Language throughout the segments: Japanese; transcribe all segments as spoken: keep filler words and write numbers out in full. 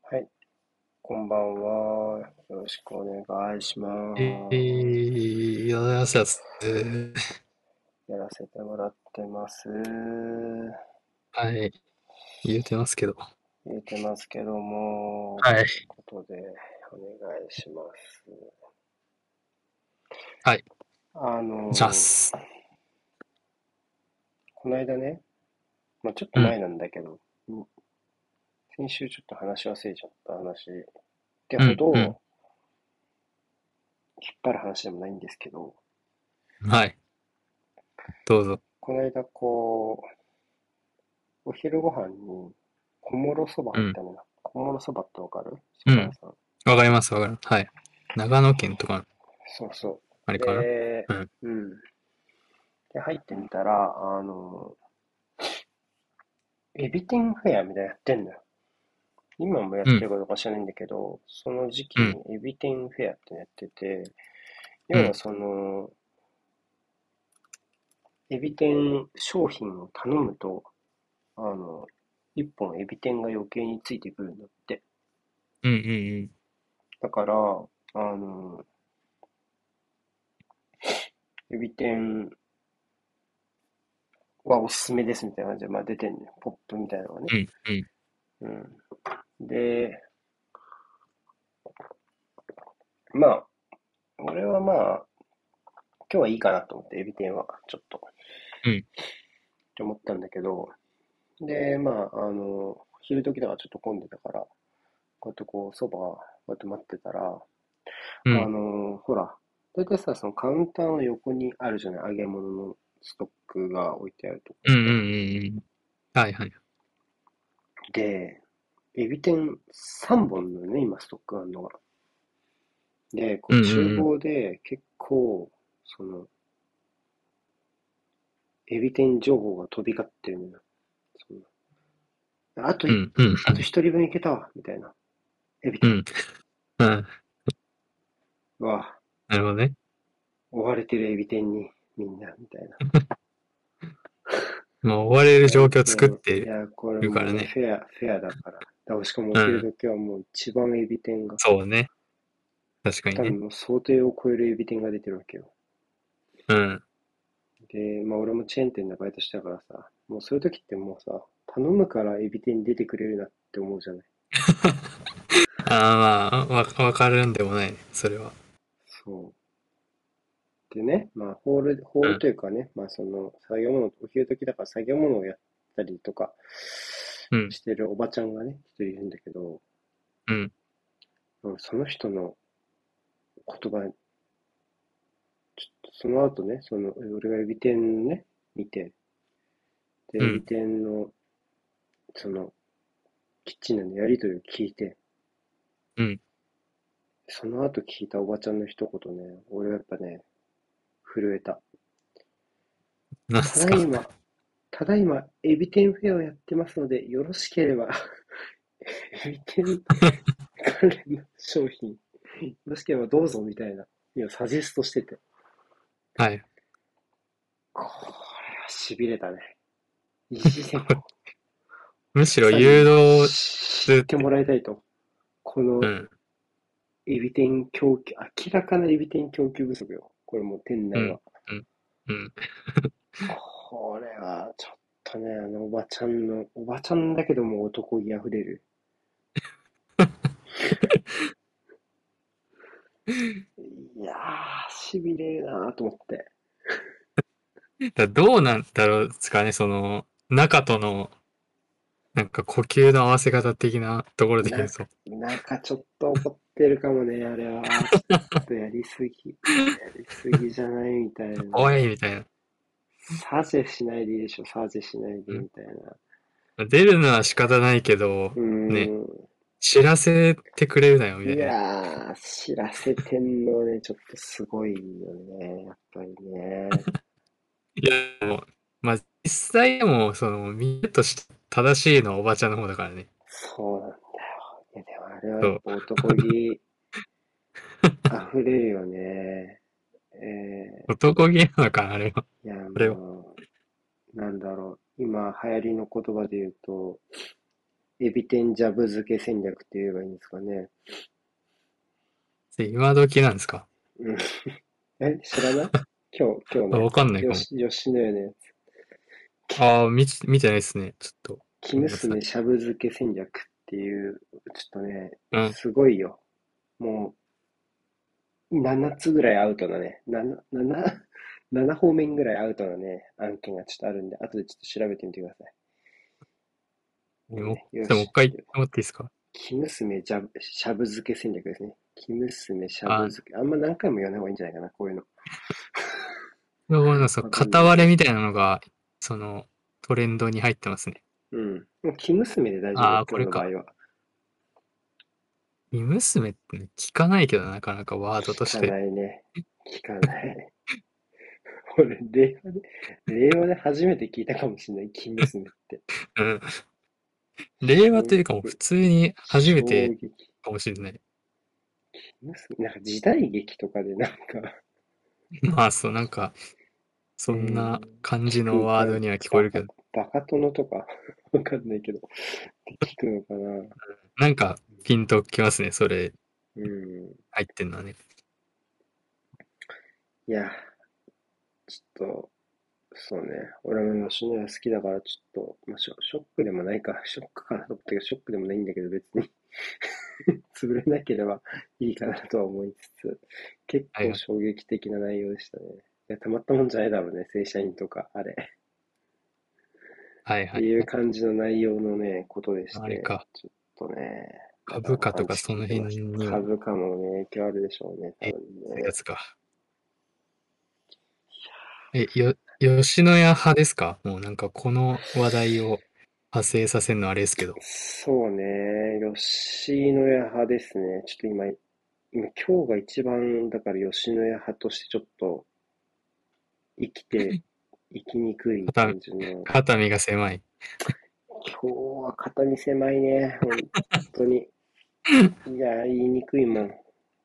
はい、こんばんは。よろしくお願いしえます。 ー、いらっしゃいます。 やらせてもらってます。 はい、言うてますけど。 言えてますけども、というはい。 ことで、お願いします。 はい、 あおしまの、 す。 この間ね、まあ、ちょっとうん、 前なんだけど、ん先週ちょっと話し忘れちゃった話ってうん、うん。 ほど、引っ張る話でもないんですけど、 はい、どうぞ。 この間こう、お昼ご飯に、小諸そばうん、 入ったのよ。小諸そばってわかる？ うん。 蕎麦屋さん。 わかります、わかります。はい。長野県とかの、 そうそう。 あれかな。 で、 うん、 うん。で、入ってみたら、あの、エビ天フェアみたいなのやってんのよ。今もやっうん、 てるかどうか知らないんだけど、その時期うん、 にエビ天フェアってのやってて、 うん、 要はその、エビ天商品を頼むと、あの、一本エビ天が余計についてくるんだって。 うん、うん、 だから、あの、エビ天はおすすめですみたいな感じで、まあ出てんね。ポップみたいなのがね。 うん、うん、 うん。で、まあ、俺はまあ、今日はいいかなと思って、エビ天は、ちょっと、っうん、 て思ったんだけど、で、まあ、あの、昼時だからちょっと混んでたから、こうやってこう、そば、こうやって待ってたら、 うん、 あの、ほら、だいたいさ、そのカウンターの横にあるじゃない、揚げ物のストックが置いてあるとこうん、うん、 って。 うん。はい、はい。 で、エビ天さんぼんのね、今ストックあるのが。で、こうん、 う、厨うん、 房で結構、その、エビ天情報が飛び交ってるのよ。そのあとい、 うん、うん、 あと一人分いけたわ、みたいな。エビ天。 うん、うん。 うわ、 なるほどね。 追われてるエビ天に、みんな、みたいな。 もう追われる追われ状況を作って、いてや、これもうね、 るからね。 フェア、フェアだから。だからしかもおうん。 昼時はもう一番エビ天が、 そうね。確かにね。 多分もう想定を超えるエビ天が出てるわけよ。 うん。 で、まあ俺もチェーン店でバイトしたからさ、もうそういう時ってもうさ、頼むからエビ天出てくれるなって思うじゃない。 ああ、まあ、わ、わかるんでもないね。それは。 そう。でね、まあホール、ホールうん。 というかね、まあその作業物、お昼時だから作業物をやったりとかうん。 してるおばちゃんがね、一人いるんだけど、 うん。 うんその人の言葉、その後ね、その、俺がエビ天ね、見て、で、エビうん。 天の、その、キッチンでのやりとりを聞いて、 うん。 その後聞いたおばちゃんの一言ね、俺はやっぱね、震えた。たなんすか？ だいま、ただいま、エビ天フェアをやってますので、よろしければ、エビ天関連の商品、よろしければどうぞみたいな、いや、サジェストしてて、 はい。 これは痺れたね。意地でも、 むしろさんに誘導知ってもするって。 らいたいと。このうん。 エビ天供給、明らかなエビ天供給不足よ。これもう店内は。 うん。うん。うん。 これはちょっとね、あのおばちゃんの、おばちゃんだけども男気あふれる。いやー、痺れるなーと思って。 だどうなんだろうですかね、その、中との、なんか呼吸の合わせ方的なところで言うな、 と。 なんかちょっと怒ってるかもね、あれは。ちょっとやりすぎ。やりすぎじゃないみたいおいな。 みたいな。 サジェしないでいいでしょ、サジェしないでうん。 みたいな。 出るのは仕方ないけど、 うーね、 ん。 知らせてくれるなよ、みいたいな。 やー、知らせてんのね、ちょっとすごいよね、やっぱりね。 いや、もう、まあ、実際でも、その、見るとして正しいのはおばちゃんの方だからね。 そうなんだよ。いや、でもあれはやっそう。 ぱ男気溢れるよね。え男気なのかな、あれは。 ー、いや、 あれは。 もう、なんだろう。今流行りの言葉で言うと、 エビ天ジャブ漬け戦略って言えばいいんですかね。 で今時なんですか？ うん。え、知らない？今日、今日あ、わのやつ。 かんないかも。 よし、吉野家のやつ。 ああ、見つ、見てないですね。ちょっと、 生ごめんなさい。 娘しゃぶ漬け戦略っていう、ちょっとね、 うん。 すごいよ。もう、ななつぐらいアウトなね、なな、なな、なな方面ぐらいアウトなね、案件がちょっとあるんで、後でちょっと調べてみてください。もうもう、 ね、よでももう一し。 回持っていいですか？ 生娘じゃぶ、しゃぶ漬け戦略ですね。生娘しゃぶあ、 漬け。あんま何回も言わない方がいいんじゃないかな、こういうの。 でもなんかそう、 わかんないけど。 片割れみたいなのが、その、トレンドに入ってますね。 うん。もう生娘で大丈夫、 ああ、こ今日れか。 の場合は。 生娘ってね、聞かないけどな、なかなかワードと聞かして。 ないね。聞かない。俺、令和で、令和で初めて聞いたかもしれない、生娘って。 うん。令和というかもう普衝撃。 通に初めて衝撃。 かもしれない。 生娘なんか時代劇とかでなんか、 まあそう、なんか、 うそんなん、 感じ聞くか、 のワードには聞こえバカ、 るけど、 バカ殿とかわかんないけど、って聞くのかな。 なんかピンときますね、それうん。 入ってんのはね。 いや、ちょっと、そうね。俺も吉野家好きだから、ちょっと、まあ、ショ、ショックでもないか。ショックかなと思ったけど、ショックでもないんだけど、別に潰れなければいいかなとは思いつつ、結構はいはい。 衝撃的な内容でしたね。いや、たまったもんじゃないだろうね。正社員とか、あれ。っはいていうはいはい。 感じの内容のね、ことでして、 あれか。 ちょっとね、まだ株価パンチとかその効いてました。 辺にも株価もね、影響あるでしょうね、多え、 分ね。 やつか。え、よ、吉野家派ですか？もうなんかこの話題を派生させるのあれですけど。 そうね、吉野家派ですね。ちょっと今、今今日が一番、だから吉野家派としてちょっと生きて、生きにくい肩、 感じの、 肩身が狭い。 今日は肩身狭いね、本当に。いや、言いにくいもん。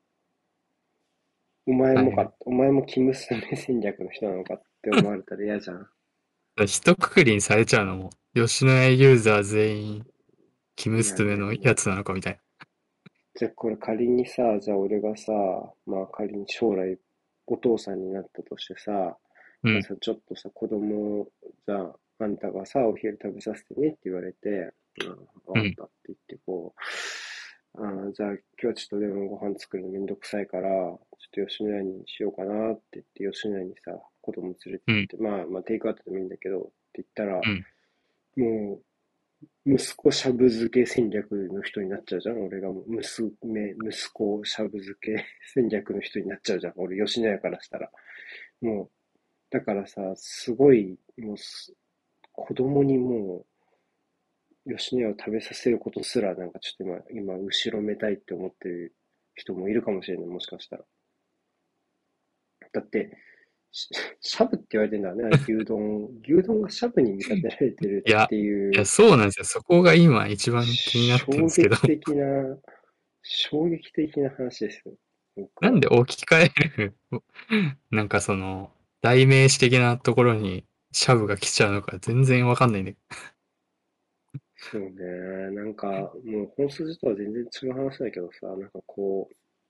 お前もか、 はいはい。 お前も生娘戦略の人なのかって思われたら嫌じゃん。 一括りにされちゃうのも、吉野家ユーザー全員、生いや娘ね、 のやつなのかみたいじゃあこれ仮にさ、じゃあ俺がさ、まあ仮に将来お父さんになったとしてさ、 な。うん、 じゃあさ、ちょっとさ、子供、じゃあ、あんたがさ、お昼食べさせてねって言われて、うん、 うん、 わかったって言って、こう、あーじゃあ今日はちょっとでもご飯作るのめんどくさいから、ちょっと吉野家にしようかなって言って、吉野家にさ、子供連れてうん、 って、まあ、まあ、テイクアウトでもいいんだけど、って言ったら、 うん。 もう、息子しゃぶ漬け戦略の人になっちゃうじゃん。俺がもう娘、息子しゃぶ漬け戦略の人になっちゃうじゃん。俺、吉野家からしたら。もう、だからさ、すごい、もうす、子供にもう、吉野家を食べさせることすら、なんかちょっと今、今、後ろめたいって思ってる人もいるかもしれない。もしかしたら。だって、ししゃぶって言われてんだね、あれ牛丼。牛丼がしゃぶに見立てられてるっいや、いや、 ていう、 そうなんですよ。そこが今一番気になってるんですけど、 衝撃的な、衝撃的な話ですよ。なんか、 なんで置き換える、なんかその、代名詞的なところにシャブが来ちゃうのか全然わかんないね。 そうね、なんか、もう本筋とは全然違う話だけどさ、なんかこ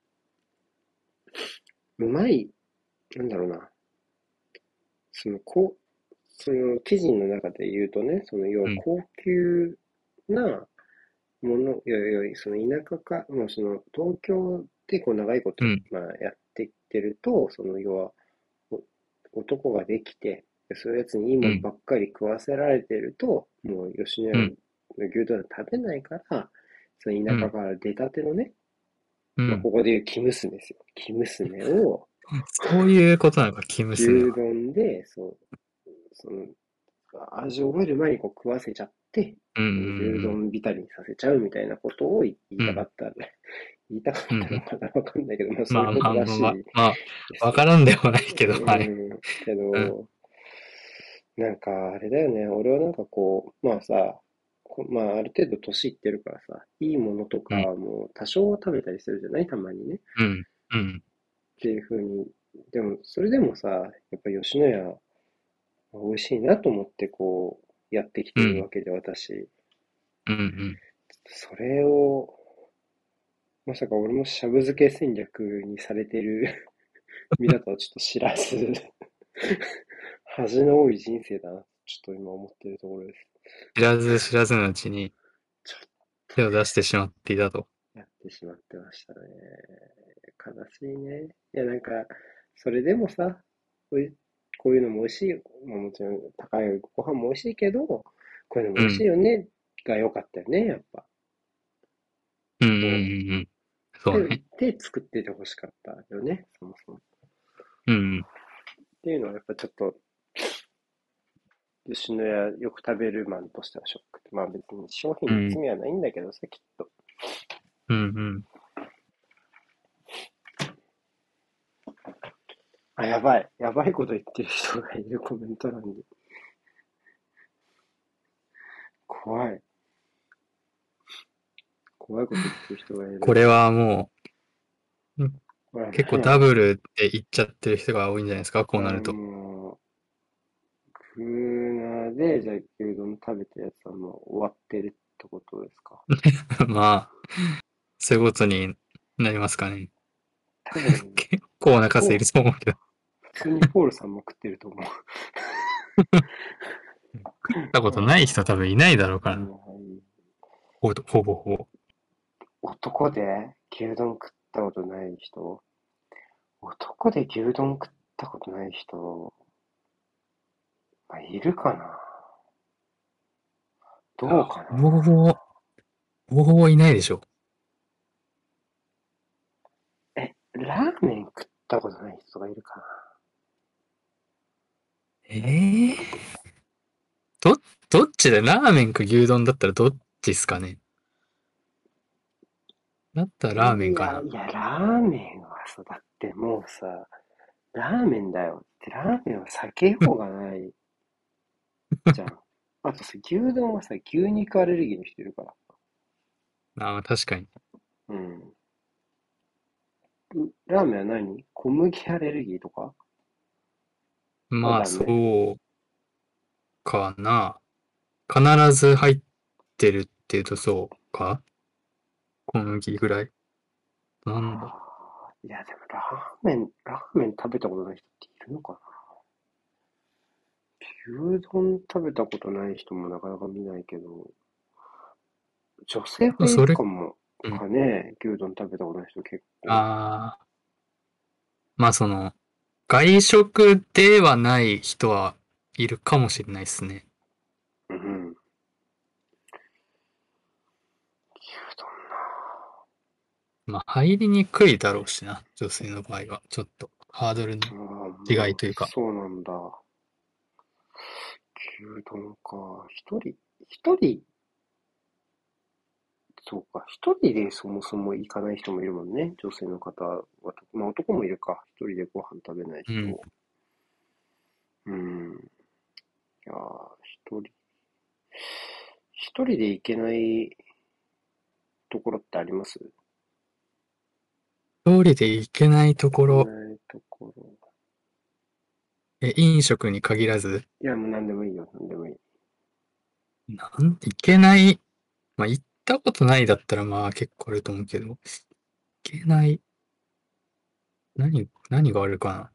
う、うまい、なんだろうな、その、こう、その記事の中で言うとね、その要はうん、 高級なもの、いやいや、その田舎か、もうその東京でこう長いこと、 うん、 まあ、やってきてると、その要はお男ができて、でそういうやつにいいうん、 もんばっかり食わせられてると、もう吉野家のうん、 牛丼食べないから、そのうん、 田舎から出たてのね、まあ、 うん。 ここでいう生娘ですよ。生娘をそういうことなのか、生娘牛は。 丼で、そう、その味を覚える前にこう食わせちゃって、 うん、う牛ん、 丼浸りにさせちゃうみたいなことを言いうん、うん、 たかったね。言いたかっうん。うん。 たのかなわかんないけど、まあそういうことまあまあまあまあ、 らしいまあ、 ですよ。 わからんでもないけど、はい。 うん、けうん、 ど、なんかあれだよね。俺はなんかこう、まあさ、こまあある程度年いってるからさ、いいものとかうん、 も多少は食べたりするじゃないたまにね。っうん、うん、 ていう風に。でも、それでもさ、やっぱ吉野家美味しいなと思ってこう、やってきてるうん、 わけで、私。 うん、うん。 それを、まさか俺もしゃぶ漬け戦略にされてる身だとはちょっと知らず恥の多い人生だな、ちょっと今思ってるところです。 知らず知らずのうちにちょっと手を出してしまっていたと。 やってしまってましたね。悲しいね。いや、なんか、それでもさ、こういう、こういうのも美味しいよ。まあもちろん高いご飯も美味しいけど、こういうのも美味しいうん。 よね、が良かったよね、やっぱ。 うんうんうそんうん。そうう。 ね。 で、で作ってて欲しかったよね、そもそも。っうん。 ていうのはやっぱちょっと、吉野家よく食べるマンとしてはショック。まあ別に商品うん。 に罪はないんだけどさ、きっと。 うんうん。 あ、やばい。やばいこと言ってる人がいるコメント欄に。怖い。怖いこと言ってる人がいる。 これはもう、 これ結構何やろダブルって言っちゃってる人が多いんじゃないですか、こう。あうなると。 のー、クーナーで、じゃあ牛丼食べたやつはもう終わってるってことですか？ まあ、そういうことになりますかね。 多分、 結構お腹空いるポと思うけど。 普通にポールさんも食ってると思う。 食ったことない人多あ分いないだろうあ、 からな。 はい。 ほぼほぼほぼ。 男で牛丼食ったことない人男で牛丼食ったことない人、まあ、いるかな？ いや、 どうかほぼほぼ、ほぼほぼいないでしょ。 な？え、ラーメン食ったことない人がいるかええど、どっちだラーメンか牛丼だったらどっちっすかね。だったらラーメな？いや、 ンかな。 いや、ラーメンはさ、だってもうさ、ラーメンだよって、ラーメンは避けようがないじゃん。あとさ、牛丼はさ、牛肉アレルギーの人いるから。 ああ、確かに。 うん。うラーメンは何？小麦アレルギーとかはまあ、そダメ？ うかな。必ず入ってるっていうとそうか小麦ぐらい。なんだ。 はあ、いや、でもラーメン、ラーメン食べたことない人っているのかな？牛丼食べたことない人もなかなか見ないけど、女性はいそれ、 るかもうん。 かね、牛丼食べたことない人結構。 ああ、まあその、外食ではない人はいるかもしれないですね。 うん。牛丼まあ入りにくいだろうしな。女性の場合は。ちょっとハードルのな。ああ、まあ、 違いというか。 そうなんだ。牛丼か。一人、一人、そうか。一人でそもそも行かない人もいるもんね。女性の方は。まあ男もいるか。一人でご飯食べないうん。 人。うん。いやー、一人、一人で行けないところってあります？ 一人で行けないところ、 行けないところ。 え、飲食に限らず、 いや、もう何でもいいよ。何でもいい。 なん、行けない、まあ行ったことないだったらまあ結構あると思うけど、行けない、何、何があるかな。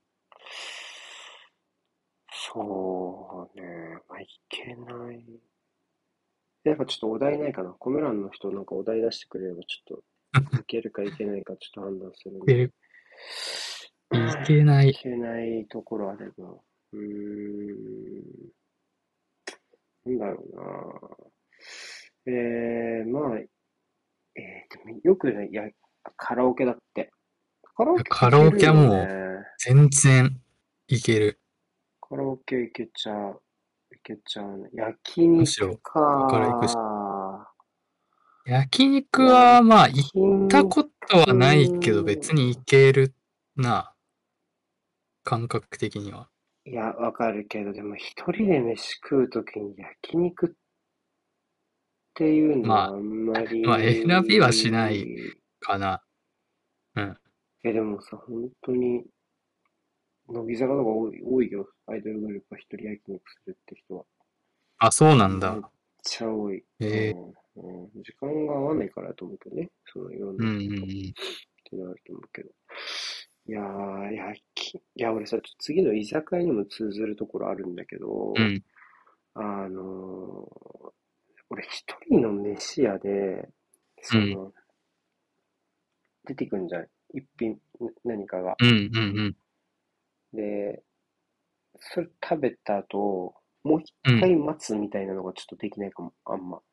そうね。まあ、行けない。やっぱちょっとお題ないかな。コメ欄の人なんかお題出してくれればちょっと行けるか行けないかちょっと判断するんで。 行け、行けない。 行けないところあれば。うーん。なんだろうな。えー、まあ、えー、でもよくね、いや、カラオケだって。カラオケ行カラオけるよね。 ケはもう全然行ける。 カラオケ行けちゃう。行けちゃうね。焼肉むしろ、ここから行くし。 か。 焼肉はまあ行っ焼肉、 たことはないけど別に行けるな。感覚的には。 いや、わかるけど、でも一人で飯食うときに焼肉っていうのまあ、 はあんままあ選びはしないり、 かな。うん。 え、でもさ、本当に、乃木坂とか多い、多いよ。アイドルグループは一人焼肉するって人は。 あ、そうなんめっだ。 ちゃ多い。うええ、 ん。うん、時間が合わないからだと思うけどね。そのいろんうんうな人と。っんてなると思うけど。いやー、いや、き、いや、俺さ、ちょっと次の居酒屋にも通ずるところあるんだけうん。うど、 ん。 あのー俺一人の飯屋で、 うん。 その、出てくんじゃん。一品、な何かが。 うんうんうん。 で、それ食べた後、もう一うん。 回待つみたいなのがちょっとできないかも、あんま。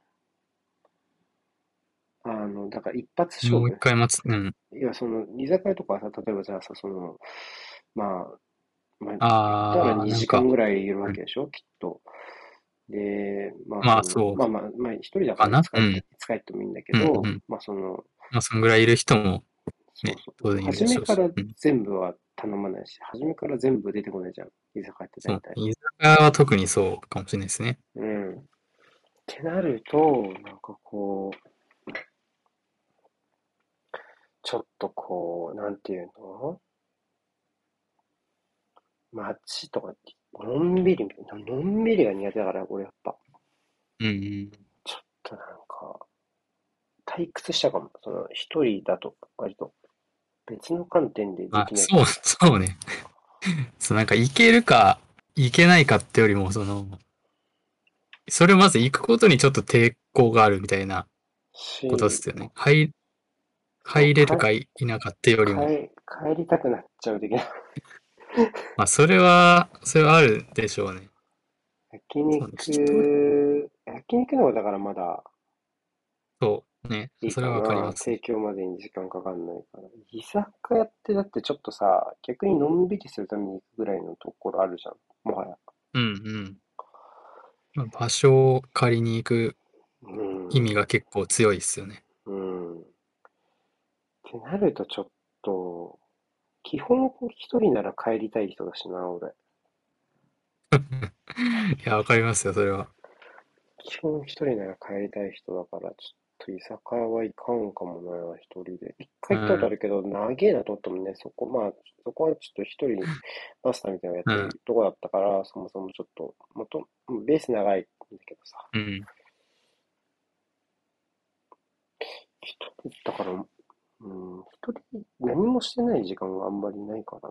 あの、だから一発勝もう一負。 回待つ。うん。 いや、その、居酒屋とかはさ、例えばじゃあさ、その、まあ、まあ、言ったらああ、なん 2時間か、 ぐらいいるうん。 わけでしょ、きっと。で、まあ、 まあ、 その、 そうまあまあ、まあ、一人だからいかな。うん。 つ帰って、いつ帰ってもいいんだけど、 うんうん。 まあ、その、 まあ、そんぐらいいる人もね、 そうそう。 当然いるでしょうし。 初めからうん。 全部は頼まないし、初めから全部出てこないじゃん。居酒屋ってそう。 大体。 居酒屋は特にそうかもしれないですね。 うん。ってなると、なんかこう、ちょっとこう、なんていうの街とか、のんびり、のんびりが苦手だから、俺やっぱ、 うんうん。 ちょっとなんか、退屈したかも。その、一人だと、割と、別の観点ででまあ、そう、 きないかも。 そうね。そう、なんか行けるか、行けないかってよりも、その、それをまず行くことにちょっと抵抗があるみたいなことでし、 すよね。入、 そう、 入れるか、 か否かってよりも。 帰、帰りたくなっちゃう的な。 まあ、それは、それはあるでしょうね。 焼そうね、一人、 肉、焼肉の方がだからまだそうね、 いいそれはわかりかな。 ますね。 提供までに時間かかんないから。居酒屋ってだってちょっとさ、逆にのんびりするために行くぐらいのところあるじゃん。もはや。 うんうん。まあ、場所を借りに行くうん。 意味が結構強いですよね。 うん。ってなるとちょっと、基本一人なら帰りたい人だしな、俺。 いや、わかりますよ、それは。 基本一人なら帰りたい人だから、ちょっと居酒屋はいかんかもな、一人で。一回行ったことあうん。 るけど、長えなと思ったもんね。そこ、まあ、そこはちょっと一人マスターみたいなのやっうん。 てるとこだったから、そもそもちょっと、もっと、ベース長いんだけどさ。 うん。 一人だから、うん、一人、何もしてない時間があんまりないからな。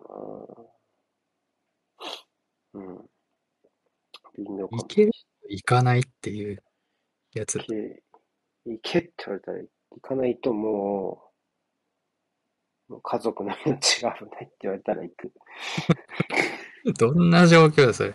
うん、微妙かも。 行ける、行かないっていうやつ。 行け、行けって言われたら行かないともう、もう家族の命が危ないって言われたら行く。 どんな状況だ、それ。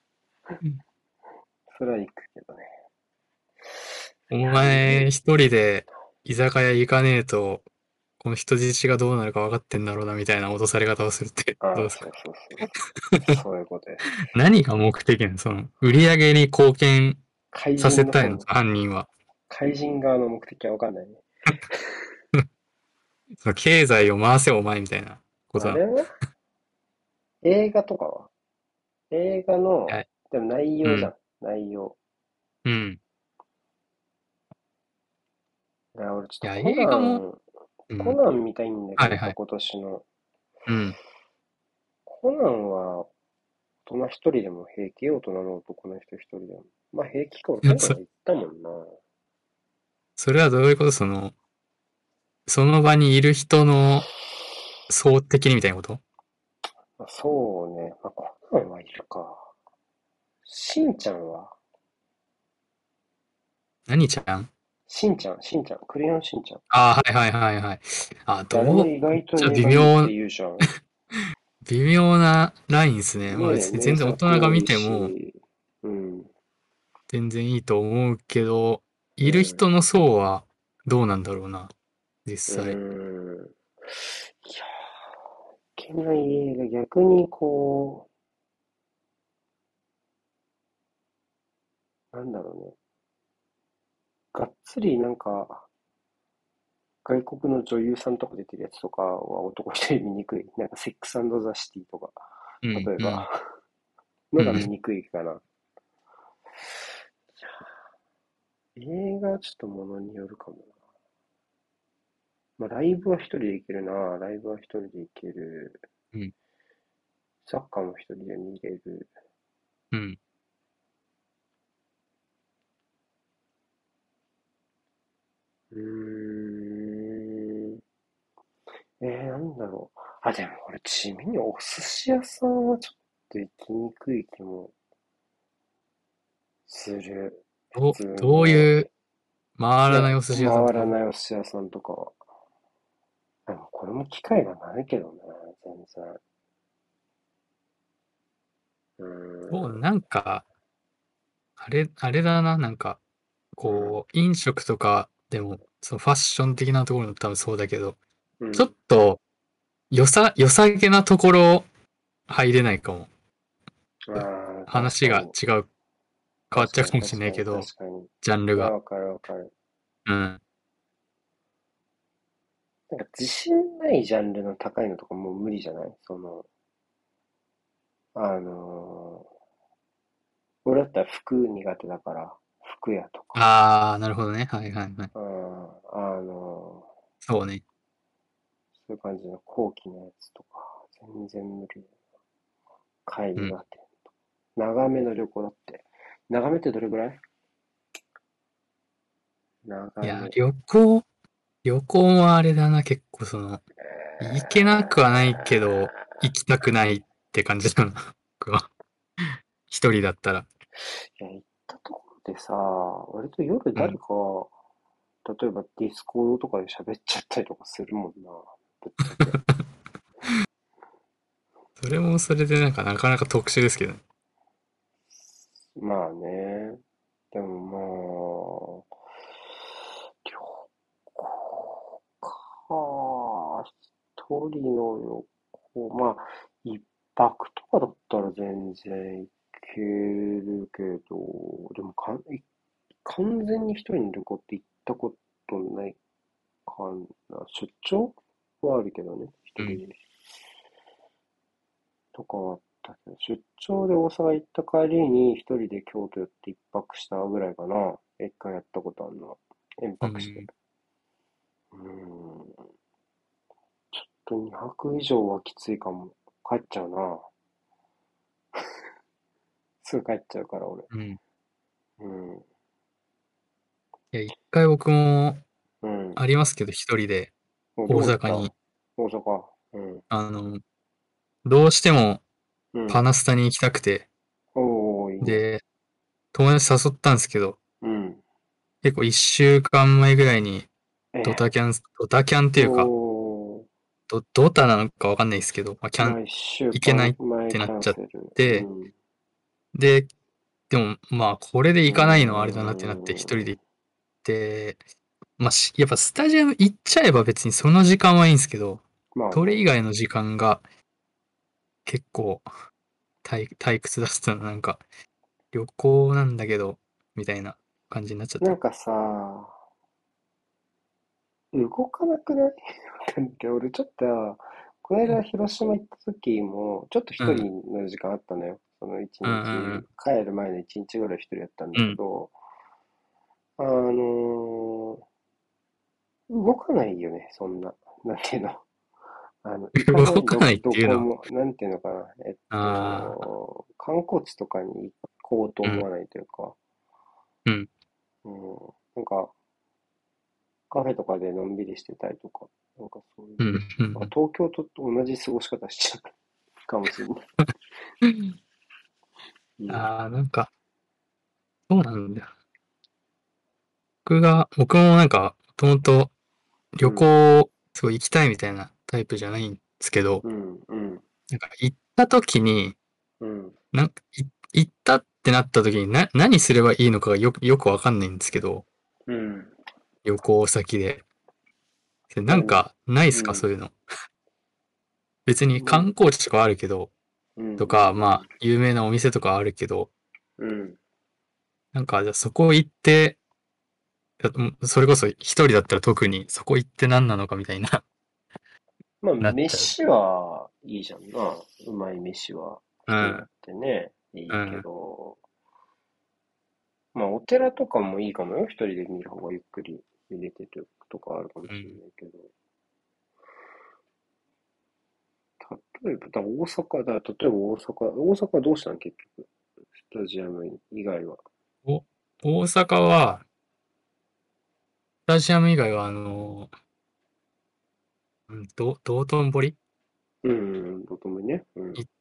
それは行くけどね。 おいや、家、 前一人で居酒屋行かねえと、この人質がどうなるか分かってんだろうな、みたいな脅され方をするってああ、 どうですか？ そうそうそうそう。そういうことです。 何が目的なの？その、売り上げに貢献怪させ人の方の、 たいのか、犯人は。 怪人側の目的はわかんないね。 その経済を回せお前みたいなことなの。 あれは映画とかは映画の、 はい。 でも内うん。 容じゃん。内容。 うん。 いや、俺ちょっいや、 とコナ映画も、 ン、 うん。 コナン見たいんだけどさ、 はいはい。 今年の。 うん。 コナンは大人一人でも平気、大人の男の人一人でも。まあ平気か、俺いやそ、 コナンは行ったもんな。 それはどういうこと？その、その場にいる人の総的にみたいなこと？ まあ、そうね。まあコナンはいるか。しんちゃんは何ちゃん？ しんちゃん、しんちゃん、クレヨンしんちゃん。 ああ、はいはいはいはい。あ、 あれもどう、 意外とちょっと微根がいいって妙、 言うじゃん。 微妙なラインですね。まあねえ、 別に名全然大人が作多い見てもし、うん、 全然いいと思うけど、いるうん、 人の層はどうなんだろうな、 う実際。 ん。いやー、いけない映画、逆にこう、なんだろうね。がっつりなんか、外国の女優さんとか出てるやつとかは男一人見にくい。なんかセックスザ・シティとか、 うん、うん、 例えば、のが見うん。 にくいかな。映画はちょっとものによるかもな。まあ、ライブは一人で行けるな。ライブは一人で行ける。 うん、 サッカーも一人で見れる。 うん。 うーん。えー、なんだろう。あ、でも俺地味にお寿司屋さんはちょっと行きにくい気もする。 どう、 普通の。 どういう回いや、 らないお寿司屋さんとか？ 回らないお寿司屋さんとかは。でもこれも機会がないけどね、全然。うーそう、 ん。 なんか、あれ、あれだな、なんか、 うん。 こう、飲食とかでも、そのファッション的なところも多分そうだけど、ちょっうん。 と、よさ、良さげなところ入れないかも。 ああ、確話かに。 が違う、変わっ確かに、 ちゃうかもしれ確かに、 ないけど、 確かに。いや、 ジャンルが。 わかるわかる。 うん。 なんか自信ないジャンルの高いのとかもう無理じゃないその、あのー俺だったら服苦手だから、服屋とか、 ああ、なるほどね。はいはいはい。 うん、あのーそうね。 そういう感じの高貴なやつとか、全然無理。帰うん。 りがて。長めの旅行だって。長めってどれぐらい？ いや、 長め。 旅行、旅行もあれだな、結構その、行けなくはないけど、行きたくないって感じだな。僕は。一人だったら。 いや、行ったところでさ、割と夜うん。 誰か、例えばディスコードとかで喋っちゃったりとかするもんな。ぶっちゃけ。 それもそれでなんかなかなか特殊ですけどね。 まあね。でもまあ、旅行か。一人の旅行。まあ、一泊とかだったら全然行けるけど、でもかん、い完全に一人の旅行って行ったことないかな。出張はあるけどね、一うん。 人で。とかはあったけど、出張で大阪行った帰りに一人で京都寄って一泊したぐらいかな。一回やったことあるのは。延泊して。 うん。 うーん。とにはく以上はきついかも。帰っちゃうな。すぐ帰っちゃうから俺。 うん。 うん。 いや、一回僕もうん。 ありますけど、一人でもうど大こ行ったん？ 阪に、 大阪。うん。 あの、どうしてもうん。 パナスタに行きたくて、 おー、いいね。 で、友達誘ったんですけど、 うん。 結構一週間前ぐらいにドえ、 タキャン、ドタキャンっていうか、 おー。 ド、ドタなのかわかんないですけど、まあ、キャン、 まあ一週行けないっ間前キてなっちゃっャンセル。うて、 ん。 で、でもまあこれでう行かないのはあれだなってなって一人ーん。 で行って、まあしやっぱスタジアム行っちゃえば別にその時間はいいんですけど、それ以まあね。 外の時間が結構退、退屈だったな。なんか旅行なんだけど、みたいな感じになっちゃった。 なんかさ、動かなくない？なんか俺ちょっと、この間広島行った時も、ちょっと一うん、 人の時間あったのよ。その一うん、う日、 ん、 帰る前の一日ぐらい一人やったんだうん。 けど、あのー動かないよね、そんな。なんていうの。あの、行かない、 動かないっどこ、どていうのは、 こも、なんていうのかな。えっああ、 と、観光地とかに行こうとうん、 思わないというか、 うん、 うん、なんか、カフェとかでのんびりしてたりとか、なんかそういう、 うん、うなんかん。 東京と同じ過ごし方しちゃうかもしれない。うん。 ああ、なんか、そうなんだよ。僕が、僕もなんか、もともと旅うん。 行、すごい行きたいみたいなタイプじゃないんですけど、 うん。うん。 なんか行った時に、 うん。 なんか、い行ったってなった時にな、何すればいいのかがよく、よくわかんないんですけど、 うん。 旅行先で。でなん何？ か、ないっすかうん。 そういうの？別にうん。 観光地とかあるけど、 うん。 とか、 うん。 まあ、有名なお店とかあるけど、 うん。 なんか、じゃあそこ行って、いやもうそれこそ一人だったら特にそこ行って何なのかみたいな、 まあ、 なっちゃう。 飯はいいじゃんな。うまい飯はうん、 一人ってね、いいけうん、 ど、まあ、お寺とかもいいかもよ。一人で見る方がゆっくり見れてるとかあるかもしれなうん。 いけど。例えば、だから大阪だ、例えば大阪、大阪はどうしたの結局。スタジアム以外は。 お、大阪は、 タジアム以外は、あの、うん道道頓堀うん、とともにね。うん。 行って、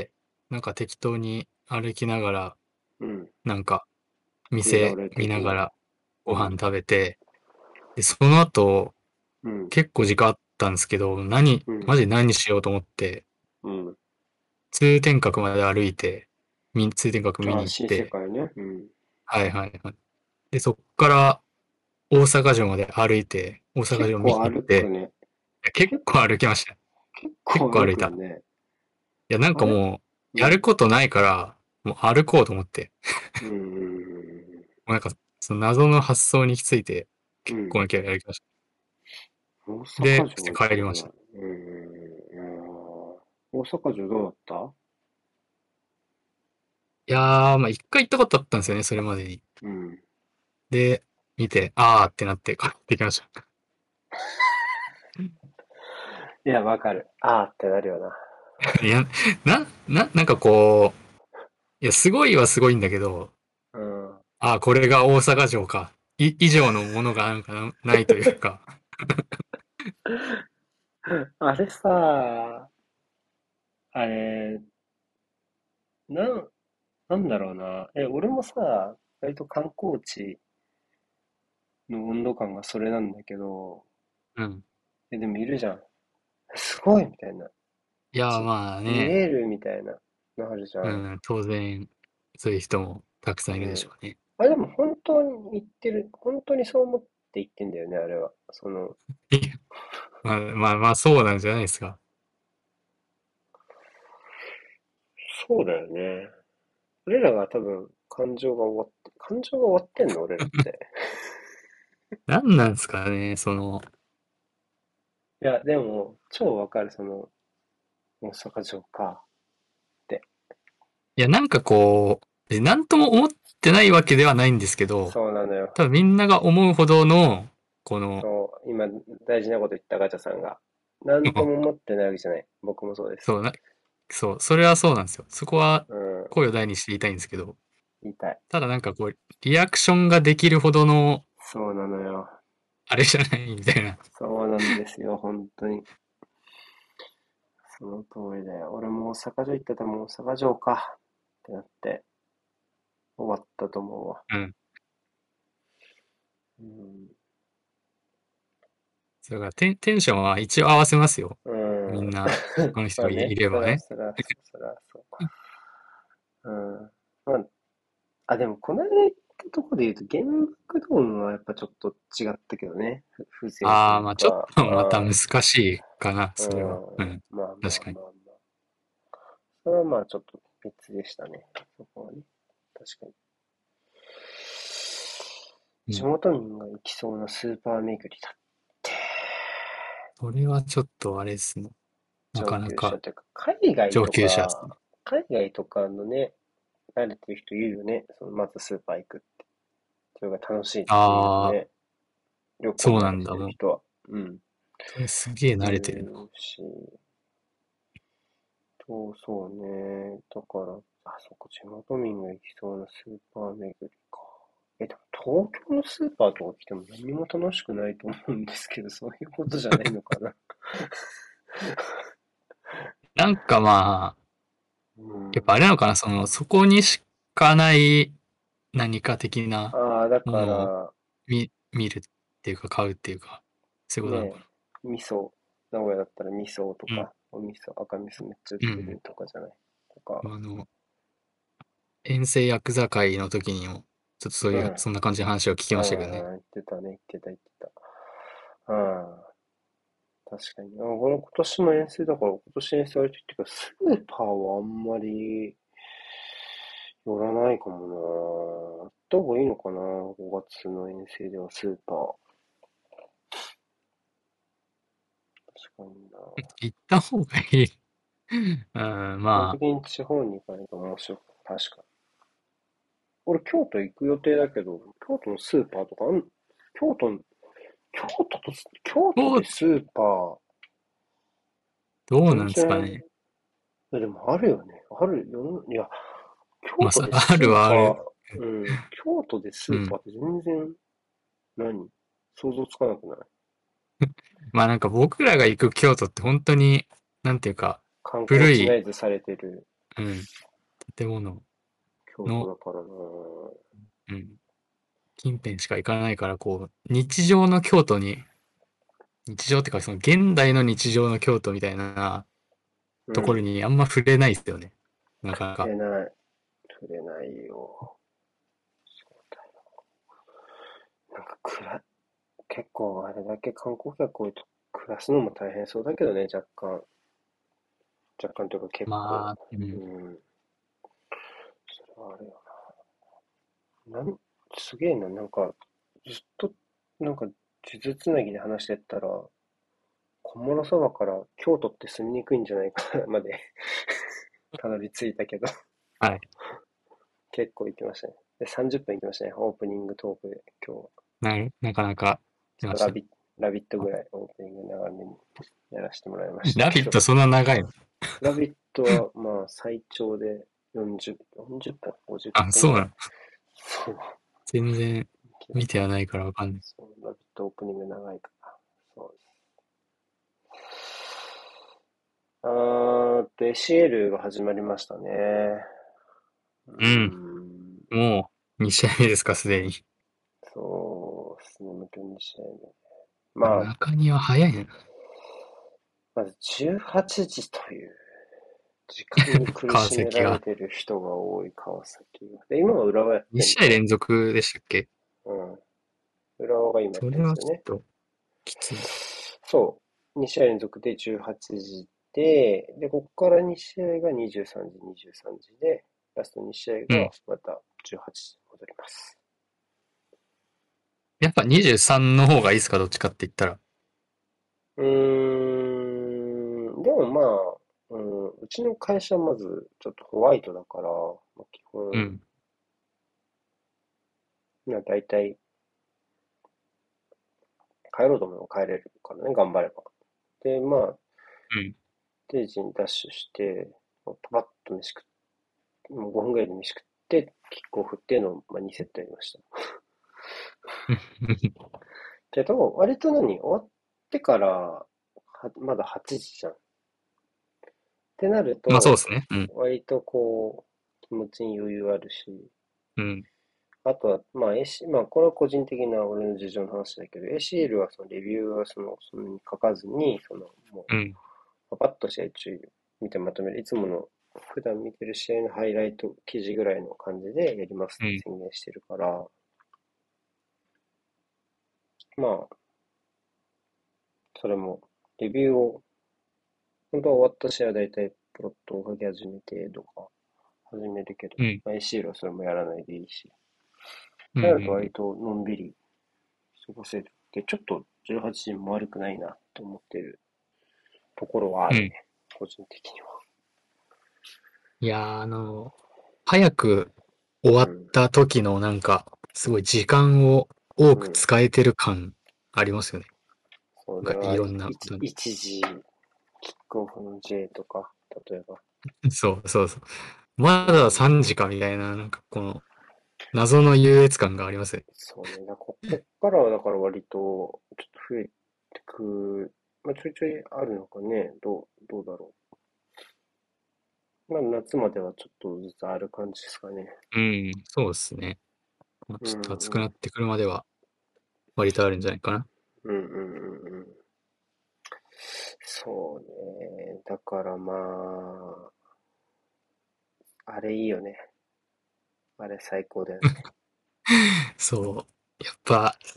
なんか適当に歩きながら、 うん。 なんか店食い倒れ的な。 見ながらご飯うん。 食べて、で、その後、 うん。 結構時間あったんですけど、何、 うん。 マジで何しようと思って、 うん。 通天閣まで歩いて、み通天閣見にあ、新世行って、 界ね。うん。 はいはいはい。で、そっから大阪城まで歩いて、大阪城見に結構行って、 歩くね。 いや結結構歩きました。 結結構歩構歩いた。 くよね。 いや、なんあれ。 かもう、やるうん。 ことないから、もう歩こうと思って、 うん。 もうなんか、その謎の発想に行き着いて、 うん。 結構な気が歩きました。 大阪で、 城行ったことない。 帰りました。 うん。いやー、大阪城どうだった？ いやー、まあ一回行ったことあったんですよね、それまでに。 うん。 で、見て、あーってなって帰ってきました。 いや、わかる。あーってなるよな。 いや、な、な、なんかこう、いや、すごいはすごいんだけど、 うん。 あー、これが大阪城か。い、以上のものがなんかな、ないというか。 あれさ、あれ、なん、なんだろうな。え、俺もさ、割と観光地の温度感がそれなんだけど、 うん。 え、でもいるじゃん。すごいみたいな。 いやー、 ち、 まあね、 見えるみたいなのあるじゃん。 うん、当然、そういう人もたくさんいるでしうん。 ょうね。 あれでも本当に言ってる、本当にそう思って言ってんだよね、あれは。その、 いや、まあまあまあ、そうなんじゃないですか。 そうだよね。俺らが多分感情が終わって、感情が終わってんの俺らって。 なんなんですかね、その、 いや、でも、超わかる、その、大阪城かって。 いや、なんかこう、えなんとも思ってないわけではないんですけど、 そうなのよ。 多分みんなが思うほどの、この、 そう、今、大事なこと言ったガチャさんが。なんとも思ってないわけじゃない。僕もそうです。 そうな、そう、それはそうなんですよ。そこはうん、 声を大にして言いたいんですけど、 言いたい。 ただなんかこう、リアクションができるほどの、 そうなのよ。 あれじゃないみたいな。 そうなんですよ、本当に。その通りだよ。俺も大阪城行ってたらもう大阪城かってなって終わったと思うわ。 うん。 うん。 それからテン、テンションは一応合わせますよ。 うん。 みんな、他の人がい、 まあね、そらいればね。 そらそう、そらそう。うん。まあ、あ、でもこの間行ったとこで言うと原爆ドームはやっぱちょっと違ったけどね。ふ風情とああ、まあちょっいうか、 とまた難あしいかな、 あ、うそれは。うん。 ん。 まあまあ確かに。 まあまあ。それはまあちょっと別でしたね。そこはね。確かに。地うん。 元民が行きそうなスーパー巡りだって。 それはちょっとあれですね。な上かなか級者というか、海外上と級者ですね。 か、海外とかのね、慣れてる人いるよね。そのまずスーパー行くって。それが楽しいっていうよああ、 ね。旅行慣れそうなんだ。もう、 てる人は。うん。 それすげえ慣いれてるな。 るし、そうそうね。だから、あ、そこ地元民が行きそうなスーパー巡りか。え、でも東京のスーパーとか来ても何も楽しくないと思うんですけど、そういうことじゃないのかな。 なんかまあ、 うん。 やっぱあれなのかな、その、そこにしかない何か的なああ、だものをから、 見、見るっていうか買うっていうか、そういうことなのね、 か味噌、名古屋だったら味噌とな。うん。 か、お味噌、赤味噌めっちゃ売っうん。 てるとかじゃないとか。 あの、遠征ヤクザ会の時にも、ちょっとそういう、 うん。 そんな感じの話を聞きああ、 ましたけどね。 言ってたね、言ってた、言ってた。ああ、確かに。あ、俺今年も遠征だから、今年遠征割と言ってるけど、スーパーはあんまり寄らないかもな。行った方がいいのかな、ごがつの遠征ではスーパー。確かにな。 行った方がいい。うん、 基本まあ、 的に地方に行かないと面白い。確かに。俺、京都行く予定だけど、京都のスーパーとかあん、京都、京都と、京都どう、 でスーパー、 どうなんですか全然、 ね。 いやでもあるよね。あるよ。いや、京まあ、そ都であスーパー、 るはある。 うん、京都でスうん。 ーパーって全然、何想像つかなくない？ まあなんか僕らが行く京都って本当に、なんていうか、 観光古い、 地内図されてるうん、建物京都の、 だからな。 うん、近辺しか行かないから、こう、日常の京都に、日常ってかその現代の日常の京都みたいなところうん。 にあんま触れないですよね。なかなか。 触れない。触れないよ。なんかくら、結構あれだけ観光客多いと暮らすのも大変そうだけどね、若干。若干というか結構。 まあ、うん。 うん。それはあれよな。なん、すげえな、なんか、ずっと、なんか、数珠つなぎで話してったら、小諸そばから京都って住みにくいんじゃないかまでたどり着いたけどはい。 結構行きましたね。で、さんじゅっぷん行きましたね。オープニングトークで今日は。 な、なかなかちょっ来ましたね。 とラビッ、ラビットぐらいオープニング長めにやらせてもらいましたけど、 ラビットそんな長いの？ ラビットはまあ最長でよんじゅう、よんじゅっぷん、50 あ、 分ぐらい。 そうなの？ そう、 全然行きました。 見てはないからわかんない。 そう、ラビットオープニング長いから。そうです。あーっと、エシエルが始まりましたね。うーうん。 ん。 もうに試合目ですか、すでに。 そうですね、向けに試合目。まあ、 中には早いな。 まずじゅうはちじという時間に苦川しめられ崎が。 てる人が多い川崎が。で、今は浦和やってにんだよね。 試合連続でしたっけ？ うん。浦和が今やっそれてるんですよね。 はちょっときつい。 そう。に試合連続でじゅうはちじで、で、ここからに試合がにじゅうさんじ、にじゅうさんじで、ラストに試合うん。 がまたじゅうはちじに戻ります。 やっぱにじゅうさんの方がいいですか、どっちかって言ったら。 うーん、でもまあ、うん、うちの会社まずちょっとホワイトだから、まあ、基本、 うん。 まあ大体帰ろうと思えば帰れるからね、頑張れば。で、まあ、 うん。 定時にダッシュして、パパッと飯食っもうごふんぐらいで飯食って、キックオフっていうのを、まあ、にセットやりました。けど、割と何終わってから、はまだはちじじゃん。ってなると、 まあそうですね。うん。 割とこう、気持ちに余裕あるし、 うん。 あとは、まあ、エーシー、まあ、これは個人的な俺の事情の話だけど、エーシーエル はそのレビューはその、そんなに書かずに、その、もうん。 う、パパッと試合中見てまとめる。いつもの、普段見てる試合のハイライト記事ぐらいの感じでやりますってうん。 宣言してるから、まあ、それも、レビューを、本当は終わった試合は大体プロットを書き始めてとか始めるけど、 うん。 まあ、エーシーエル はそれもやらないでいいし、 うん。うなると割ん。 とのんびり過ごせる。で、ちょっとじゅうはちじも悪くないなと思ってるところはあうん。 るね。個人的には。 いやー、あの、早く終わっうん。 た時のなんか、すごい時間を多くうん。 使えてる感ありますよね。 そう、 なんかいだから、 ろんなこ一とに。 一時、キックオフの J とか、例えば。 そうそうそう。まだうん。 さんじかみたいな、なんかこの謎の優越感がありますね。 そうね。だこ、こっからはだから割と、ちょっと増えてく、まあ、ちょいちょいあるのかね。どう、どうだろう。まあ、夏まではちょっとずつある感じですかね。 うん、そうですね。もううちょっと暑んうん。 くなってくるまでは割とあるんじゃないかな。 うんうんうんうん。そうね。だからまあ、あれいいよね。あれ最高だよね。 そう。やっぱ、 うん。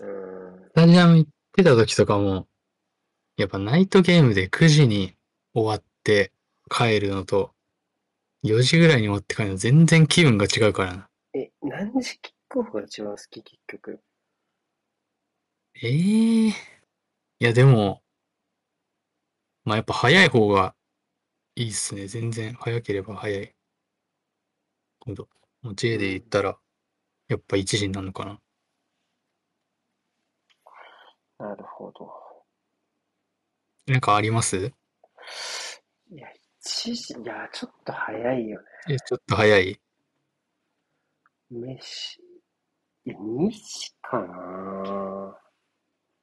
スタジアム行ってた時とかも、やっぱナイトゲームでくじに終わって帰るのと、よじぐらいに終わって帰るの全然気分が違うからな。 え、何時キックオフが一番好き、結局。 ええー、いやでも、まあやっぱ早い方がいいっすね。全然早ければ早いほど。もう J で言っうん。 たら、やっぱいちじになるのかな。 なるほど。 なんかあります？ いや、一時、いや、ちょっと早いよね。 え、ちょっと早い。 飯、いや、にじかな。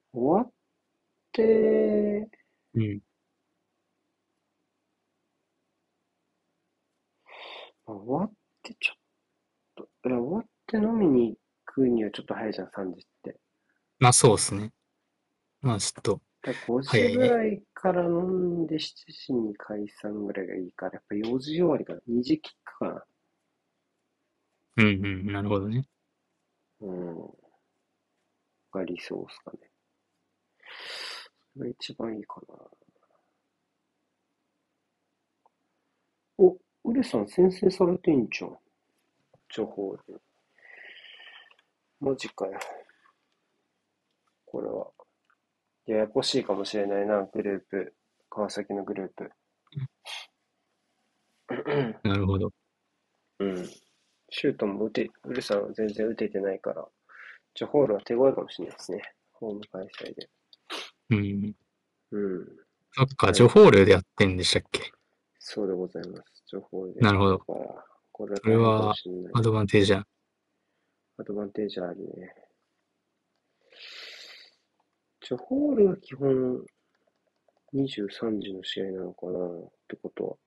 終わって、 うん。 まあ終わってちょっと、いや終わって飲みに行くにはちょっと早いじゃん、さんじって。 まあそうですね。まあちょっと、 だごじ早いね。 ぐらいから飲んでしちじに解散ぐらいがいいから、やっぱよじ終わりかな。にじキックかな。 うんうん、なるほどね。 うん。が理想っすかね。それが一番いいかな。お、ウレさん先生されてんじゃん。情報で。マジかよ。これは。ややこしいかもしれないな、グループ。川崎のグループ。 なるほど。 うん。シュートも打て、ウルさんは全然打ててないから、ジョホールは手強いかもしれないですね。ホーム開催で。 うん。 うん。 そっか、 はい。 ジョホールでやってんでしたっけ？ そうでございます。ジョホールでやっなるほど。 てるから、これはそれ大変かもは、 しれない。 アドバンテージや。 アドバンテージあるね。ジョホールは基本にじゅうさんじの試合なのかなってことは。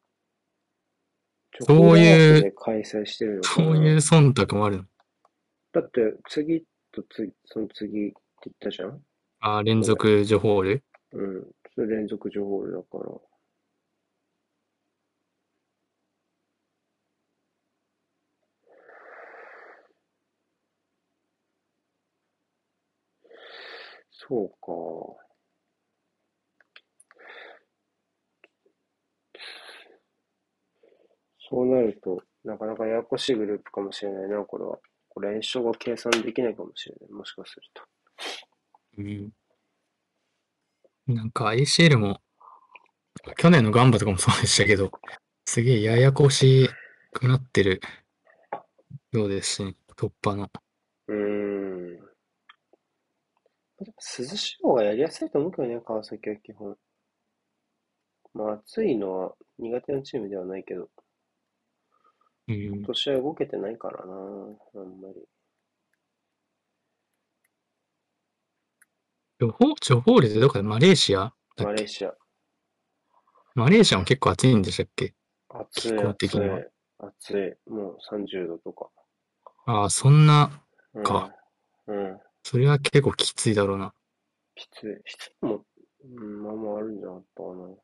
ジョホーそうル合わせいう、 で開催してるのかそういうな。 忖度もあるの？ だって次と次、その次って言ったじゃんあー、連これ。 続ジョホール。 うん。それ連続ジョホールだから。そうか。そうなると、なかなかややこしいグループかもしれないな、これは。これ、炎症が計算できないかもしれない。もしかすると。 うん。なんか エーシーエル も、去年のガンバとかもそうでしたけど、すげえややこしくなってるようですしね、突破の。 うーん。涼しい方がやりやすいと思うけどね、川崎は基本。まあ、暑いのは苦手なチームではないけど、今うん。 年は動けてないからな、あんまり。 ジョホ、ジョホールってどこだ？マレーシアだっけ？ マレーシア。 マレーシアも結構暑いんでしたっけ？気暑い、 候的には。 暑い、暑い。もうさんじゅうどとか。 ああ、そんなうん、 か。 うん。 それは結構きついだろうな。 きつい。湿度も、うん、まあまああるんじゃなかったかな。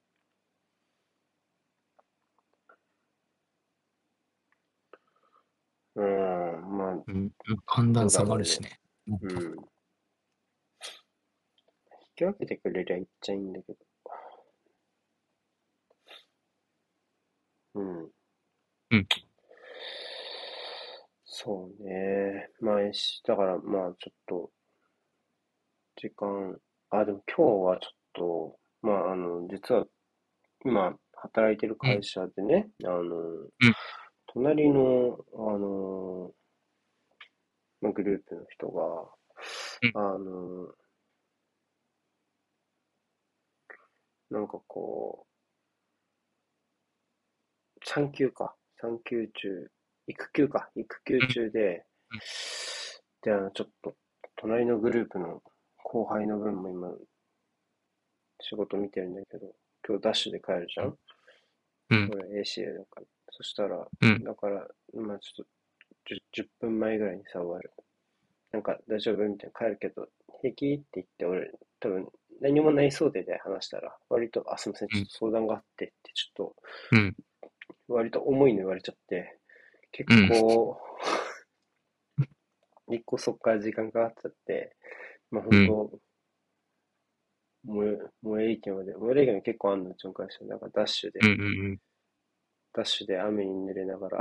うん、まあ、 うん。寒どう暖差だろうね。 もあるしね。やっぱ。 うん。引き分けてくれりゃいっちゃいいんだけど。うん。 うん。 そうね。まあ、しだからまあ、ちょっと、時間、あ、でも今日はちょっと、まあ、あの、実は今、働いてるうん。 会社でね、あの、 うん。 隣の、あの、まあグループの人が、 うん。 あの、なんかこう、産休か。産休中、育休か。育休うん。 中で、で、あの、ちょっと、隣のグループの後輩の分も今、仕事見てるんだけど、今日ダッシュで帰るじゃうん。 んうん。 俺 エーシーエー だから。そしたら、 うん。 だから、まあちょっとじゅっぷんまえぐらいにさ、終わる。なんか大丈夫みたいな帰るけど、平気って言って俺、多分何もないそうでで話したら、割と、あ、すみません、ちょっと相談があってって、ちょっうん。 と、割と重いの言われちゃって、結うん。 構、結構そっから時間かかっちゃって、まあうん。 本当、最寄最寄り駅まで、最寄り駅まで結構あんの、うちの会社。だからダッシュで、 うん。うん。 ダッシュで雨に濡れながら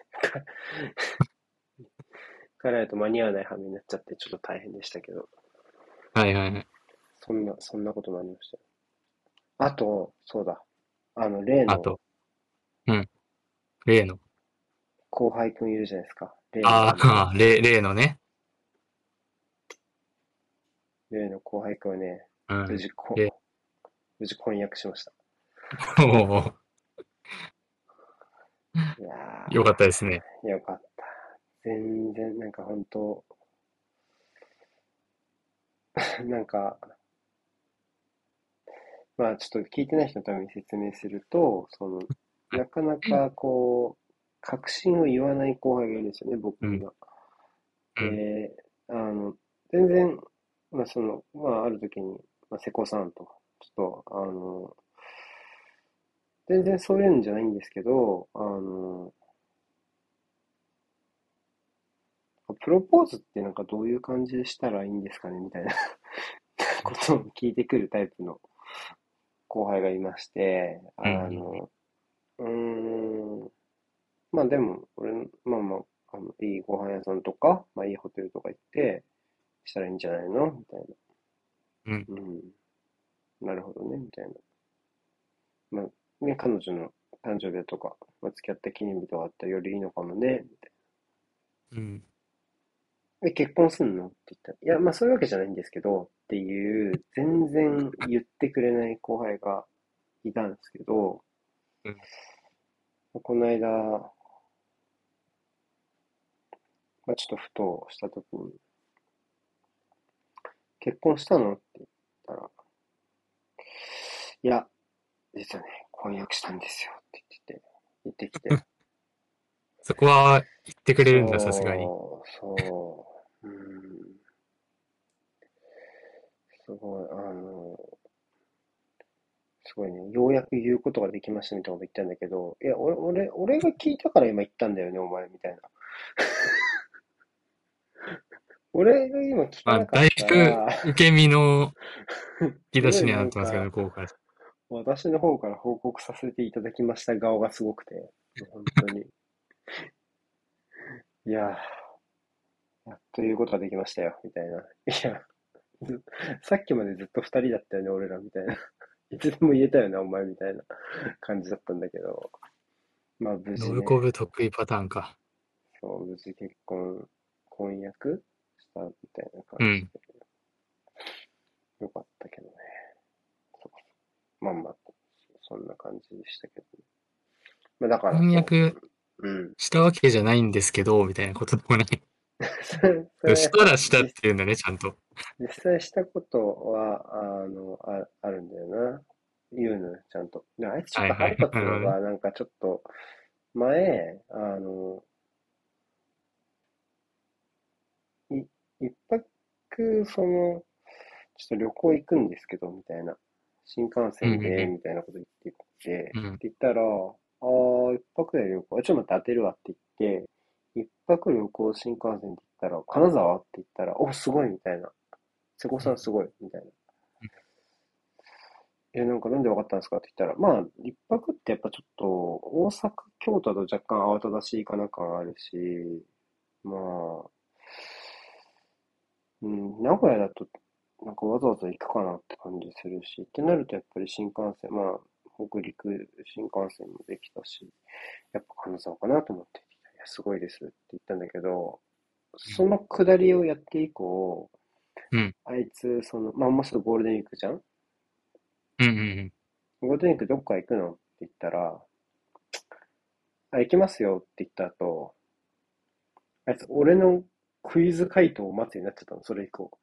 帰らないと間に合わない羽目になっちゃって、ちょっと大変でしたけど、 はいはいはい。 そんな、そんなこともありましたよ。あと、そうだ、あの、例のあと、うん。例の。 後輩くんいるじゃないですか。例のああの、 あ、例、例のね。 例の後輩くんはね、 うん。 無事こ、 例。 無事婚約しました。 おー、 いやよかったですね。 ー、よかった。全然、なんか本当、 なんか、まあちょっと聞いてない人のために説明すると、その、なかなかこう、確信を言わない後輩がいるんですよね、僕うん、 には。 うん、 で、あの、全然、まあその、まあある時に、まあ、瀬古さんと、ちょっと、あの、全然そういうんじゃないんですけど、あの、プロポーズってなんかどういう感じでしたらいいんですかねみたいなことを聞いてくるタイプの後輩がいまして、あうん、 の、うーん、まあでも、俺、まあまあ、あの、いいご飯屋さんとか、まあいいホテルとか行って、したらいいんじゃないのみたいうん、 な。うん、なるほどね、みたいな。まあ、ね、彼女の誕生日とか、まあ、付き合った記念日とかあったらよりいいのかもね、みたいうん。 な。え、結婚すんのって言ったら、いや、まあそういうわけじゃないんですけど、っていう、全然言ってくれない後輩がいたんですけど、 うん。 この間、まあ、ちょっとふとした時に、結婚したのって言ったら、いや、実はね、婚約したんですよって言ってて、言ってきて、 そこは言ってくれるんだ、さすがに。 そう、そう、うん、すごい、あの、すごいね、ようやく言うことができましたみたいなこと言ったんだけど、いや、俺、俺、俺が聞いたから今言ったんだよね、お前、みたいな。俺が今聞かまあ、 なかっだいぶたら、 受け身の引き出しにすごいはなってますけど、 なんか、 向こうから。 私の方から報告させていただきました側がすごくて、本当に。いやー、やっと言うことができましたよ、みたいな。いや、ずさっきまでずっと二人だったよね、俺ら、みたいな。いつでも言えたよね、お前、みたいな感じだったんだけど、まあ、無事ノブコね、 ブ得意パターンか。 そう、無事結婚、婚約したみたいな感うん。 じで、よかったけどね。そうまあまあ、そんな感じでしたけどね。まあ、だからそ翻訳う、うん。 したわけじゃないんですけど、みたいなことでもない。 それ、それしたらしたっ実、 ていうんだね、ちゃんと。 実際したことは、あの、あ、あるんだよな。言うのよ、ちゃんと。で、あいつちょっと腹はいはい。なるほどね。 立つのが、なんかちょっと、前、あの、い、一泊、その、ちょっと旅行行くんですけど、みたいな。新幹うん線で、 うんみたいなこと言ってて、ってうん。うん。 言ったら、ああ、一泊で旅行、あちょっと待って当てるわって言って、一泊旅行新幹線って言ったら、金沢って言ったら、お、すごいみたいな。瀬古うん。 さんすごいみたいな。え、なんかなんでわかったんですかって言ったら、まあ、一泊ってやっぱちょっと、大阪、京都だと若干慌ただしいかな感あるし、まあ、うん、名古屋だと、なんかわざわざ行くかなって感じするし、ってなるとやっぱり新幹線、まあ、北陸新幹線もできたし、やっぱ金沢かなと思って、いや、すごいですって言ったんだけど、そのくだりをやって以降、 うん。 あいつ、その、まあ、もうすぐゴールデンウィークじゃん。 うんうんうん。 ゴールデンウィークどっか行くのって言ったら、あ、行きますよって言った後、あいつ、俺のクイズ回答を待つようになっちゃったの、それ以降。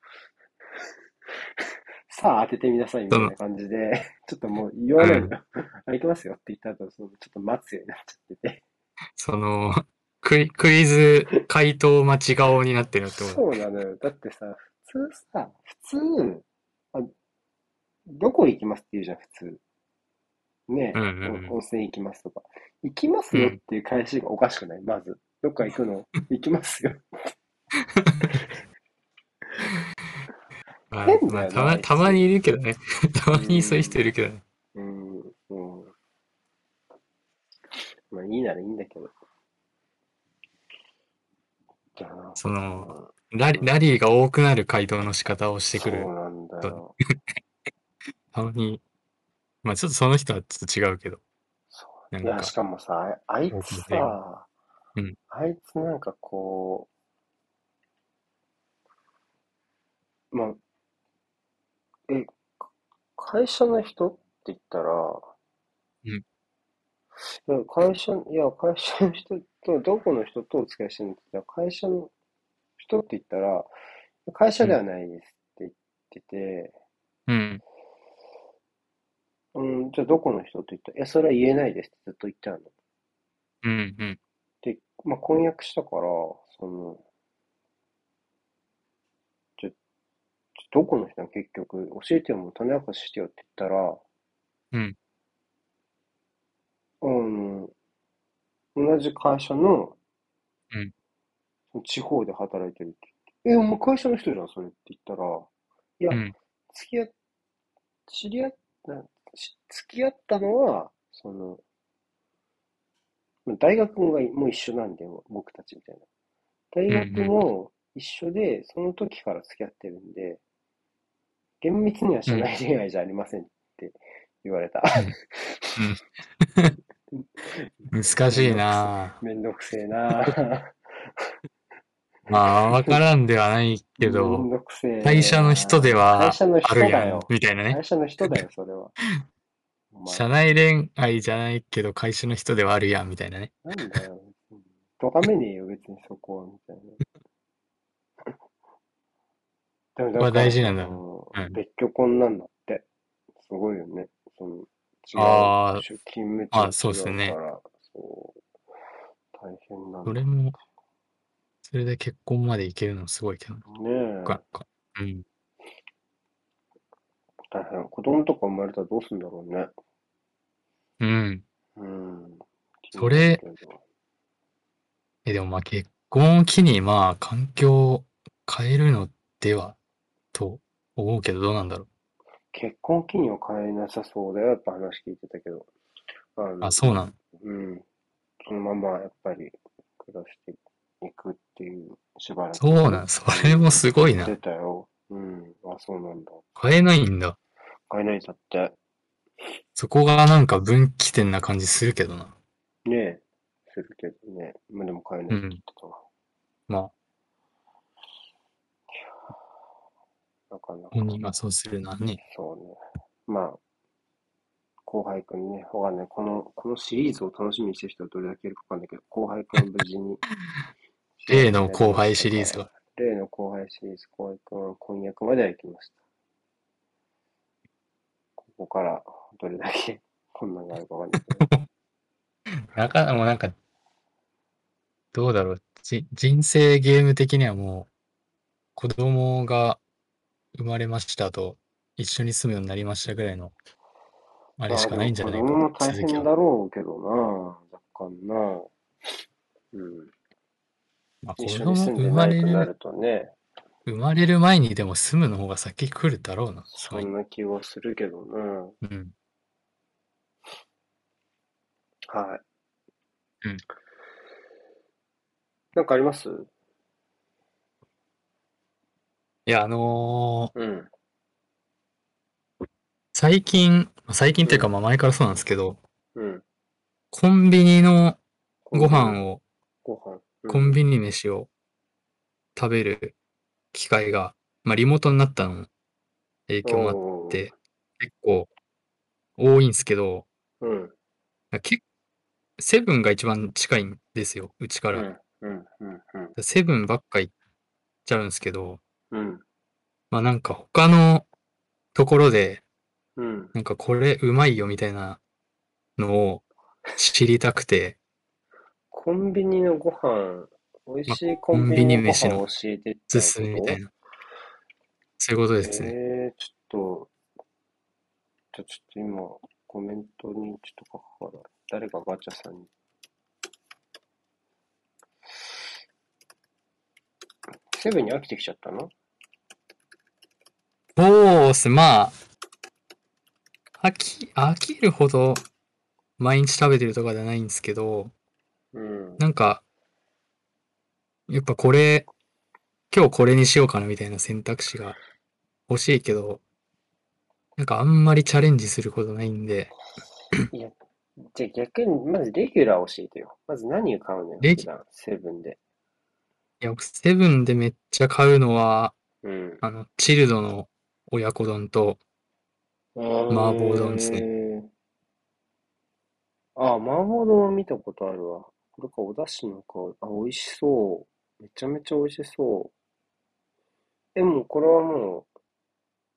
さあ当ててみなさいみその、 たいな感じで、ちょっともう言わうん。 ないのよ。あ、行きますよって言った後、そのちょっと待つようになっちゃってて。 その、クイ、クイズ回答待ち顔になってるってことだ。 そうなのよ。だってさ、普通さ、普通、あ、どこ行きますって言うじゃん、普通。ねうんうえ、お温ん泉行きますとか。行きますうん。うん。 よっていう返しがおかしくないまず。どっか行くの行きますよ。 まあ、まあ、 変だよな、あたま、 いつ。 たまにいるけどね。たうーまにそういうん、 人いるけどね。 うーん、うん。まあいいならいいんだけど。じゃあな、 その、 うん、 ラリ、 うん。 ラリーが多くなる回答の仕方をしてくるそうなんだと、 よ。 たまに、まあちょっとその人はちょっと違うけど、 そう。いや、しなんか、 かもさ、ああい大きなつテーマ。 さ、 うん。 あいつなんかこう、まあ、え、会社の人って言ったら、 うん。 いや会社、いや、会社の人と、どこの人とお付き合いしてるのって言ったら、会社の人って言ったら、会社うん。 ではないですっててて、 うん。 うん、じゃあどこの人って言ったら、いや、それは言えないですってずっと言ってたの。 うん。うん。 で、まあ、婚約したから、その、じゃ、どこの人は結局、教えてよ、もう種明かししてよって言ったら、 うん。 うん、同じ会社の、 うん。 その地方で働いてるって言って、え、もう会社の人じゃん、それって言ったら、いや、 うん。 付き合っ、知り合った、し付き合ったのは、その、大学がもう一緒なんで、僕たちみたいな。大うん。う学ん。 も一緒で、その時から付き合ってるんで、厳密には社うん。 内恋愛じゃありませんって言われた。 うん。うん。難しいめんどくせ、 な。 めんどくせえな。 まあ、わからんではないけど、 めんどくせえ会社の人でな。会は社のあるやん、 人だよ。 みたいなね。 会社の人だよ、それは。お前。 社内恋愛じゃないけど、会社の人ではあるやん、みたいなね。 なんだよ。とがめねえよ、別にそこは、みたいな。でもだここはからそ大事なんだな。 の、 うん。 別居婚なんだって。すごいよね。その、違う、 あ出勤務地あ、まあ、 が違そうですね。 うから、そう、大変なんだ。 それも、それで結婚までいけるのすごいけどな。 ねえ、 かかうん。 大変。子供とか生まれたらどうすんだろうね。 うん。 うん、気になるそれ、 けど。 え、でもまあ結婚を機にまあ環境を変えるのではと思うけどどうなんだろう。 結婚期には変えなさそうだよって話聞いてたけど。ああ、 の、 そうなの。 うん、そのままやっぱり暮らしていくっていう、しばらく。 そうなん、そうん、 れもすご言っていな。 たよ。うん、あ、そうなんだ。 変えないんだ。 変えないんだって。 そこがなんか分岐点な感じするけどな。 ねえ、するけどね。まあ、でも変えないって言っうん。 てたわ。 まあ、 なかなか、 本人がそうするのはね。 そうね。まあ、後輩くんね、わかんない。この、このシリーズを楽しみにしてる人はどれだけいるかわかんないけど、後輩くんは無事に幸例せになりましの後輩たか？ シリーズが。 例の後輩シリーズ、後輩くんは婚約までは行きました。ここからどれだけ困難があるかわかんないけど。 なかなかもうなんか、どうだろう。じ、人生ゲーム的にはもう、子供が生まれましたと、一緒に住むようになりましたぐらいの、あれまあでしかないんじゃも子供ないか、 も大続きは。 変だろうけどな、若干な。うん。 まあ、 一子緒に住んで供生ないとなるまれる、 とね、 生まれる前にでも住むの方が先来るだろうな、さすがに。 そんな気はするけどな。 うん。 はい。 うん。 なんかあります？ いや、あのーうん。 最近、最近っていうかうん。 まあ前からそうなんですけど、 うん。 コンビニのごコンビニ、 飯を、 ご飯。うん。 コンビニ飯を食べる機会が、まあリモートになったのも影響もあっおー。 て、結構多いんですけど、 うん。 けセブンが一番近いんですよ、うちから。 うん。うん。うん。うん。 セブンばっか行っちゃうんですけど、 うん。 まあなんか他のところで、 うん。 なんかこれうまいよみたいなのを知りたくて、 コンビニのご飯、美味まあしいココンビンビニのごニ飯のお飯を教えてってすのはこと？ すめみたいな、そういうことですね。 えー、ちょっと、じゃあちょっと今、コメントにちょっと書くから、誰かガチャさんに。セブンに飽きてきちゃったの？ そうっす、まあ、飽き、飽きるほど毎日食べてるとかじゃないんですけど、 うん。 なんか、やっぱこれ、今日これにしようかなみたいな選択肢が欲しいけど、なんかあんまりチャレンジすることないんで、 いや、じゃあ逆に、まずレギュラー教えてよ。まず何を買うのよ、 レギ、い普段、セブンで。 や、僕セブンでめっちゃ買うのは、 うん。 あの、チルドの親子丼とえ麻婆丼ですね。 ー、あ、麻婆丼は見たことあるわ。これか、お出汁の香り。あ、美味しそう。めちゃめちゃ美味しそう。え、もうこれはもう、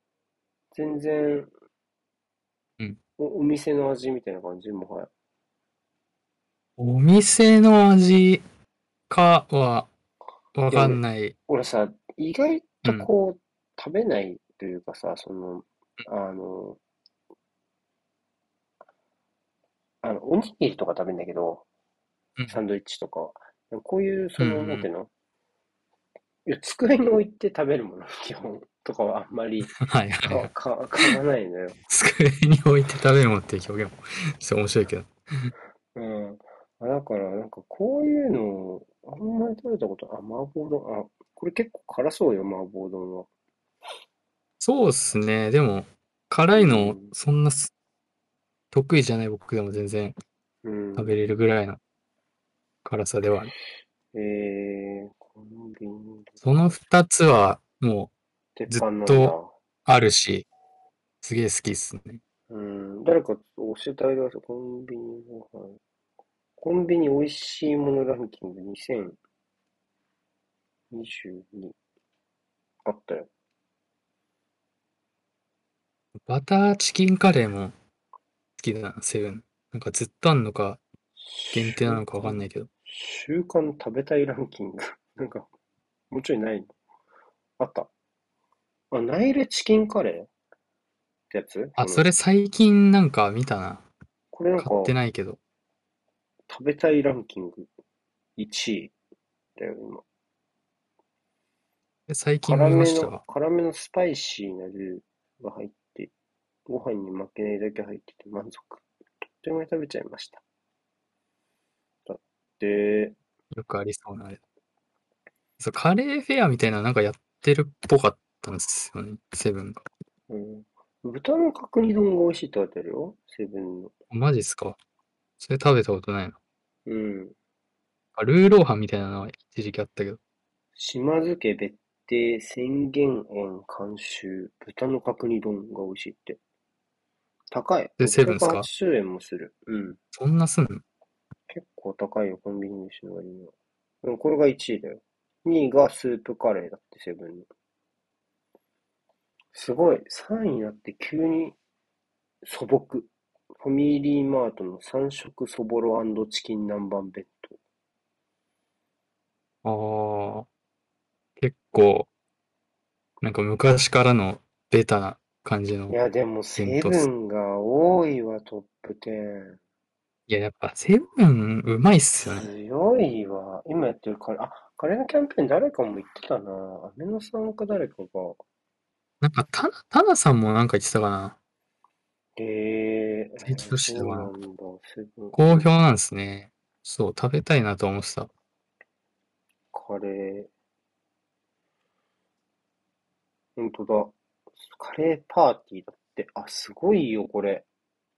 全然うん。 お、お店の味みたいな感じもはや。 お店の味かはわいや、俺、 かんない。 俺さ、意外うん。 とこう、食べないというかさ、その、あの、あの、おにぎりとか食べるんだけど、 うん。 サンドイッチとかは。でもこういう、 うん。 その、なんうん。 ていうのいや、机に置いて食べるもの、基本とかはあんまりはいはいはい。 か、か、買わないのよ。 机に置いて食べるもんっていう表現も、ちょっと面白いけど。 うん。あだから、なんかこういうの、あんまり食べたこと、あ、麻婆丼、あ、これ結構辛そうよ、麻婆丼は。 そうっすね。でも、辛いの、 うん。 そんなす得意じゃない僕でも全然うん。 食べれるぐらいの辛さではある。 えー、コンビニとそのか、 二つはもうずっ鉄板なんだ。 とあるし、すげえ好きっすね。 うん。誰か教えてあげてください。コンビニご飯。コンビニ美味しいものランキングにせんにじゅうにあったよ。 バターチキンカレーも好きだな、セブン。なんかずっとあんのか限定な週のかわかんな間、 いけど。 週間食べたいランキング。なんか、もうちょいないのあった。あ、ナイルチキンカレーってやつあ、 この、 それ最近なんか見たな。 これなんか、 買ってないけど。 食べたいランキングいちいだよ、今。 え最近辛めの、 見ました。 辛めのスパイシーなルーが入って、ご飯に負けないだけ入ってて満足。とっても食べちゃいました。だって、 よくありそうなあれ。そう、カレーフェアみたいなのなんかやってるっぽかったんですよね。セブンが。 うん、豚の角煮丼が美味しいって書いてあるよ。セブンの。 マジっすか？それ食べたことないな。 うん。 あ、ルーローハンみたいなのは一時期あったけど。 島津家別邸宣言園監修豚の角煮丼が美味しいって。高い。 で、セブンっす 680 か？ 円もする。うん。 そんなすんの？ 結構高いよ、コンビニ飯の割には。でもこれがいちいだよ。にいがスープカレーだって、セブンの。すごい。さんいになって急に素朴。ファミリーマートのさん食そぼろチキン南蛮弁当。 ああ、結構、なんか昔からのベタな感じのいや、でもセ弁当っす。 ブンが多いわ、トップじゅう。 いや、やっぱセブンうまいっすよね。 強いわ。今やってるカレー、あ、カレーのキャンペーン誰かも言ってたな。アメノさんか誰かが。 なんか、タナ、タナさんもなんか言ってたかな。 えー、えツイートーそうしてたかな。 なんだ。セブン、 好お、 評なんですね。そう、食べたいなと思ってた。 カレー。ほんとだ。カレーパーティーだって。あ、すごいよ、これ。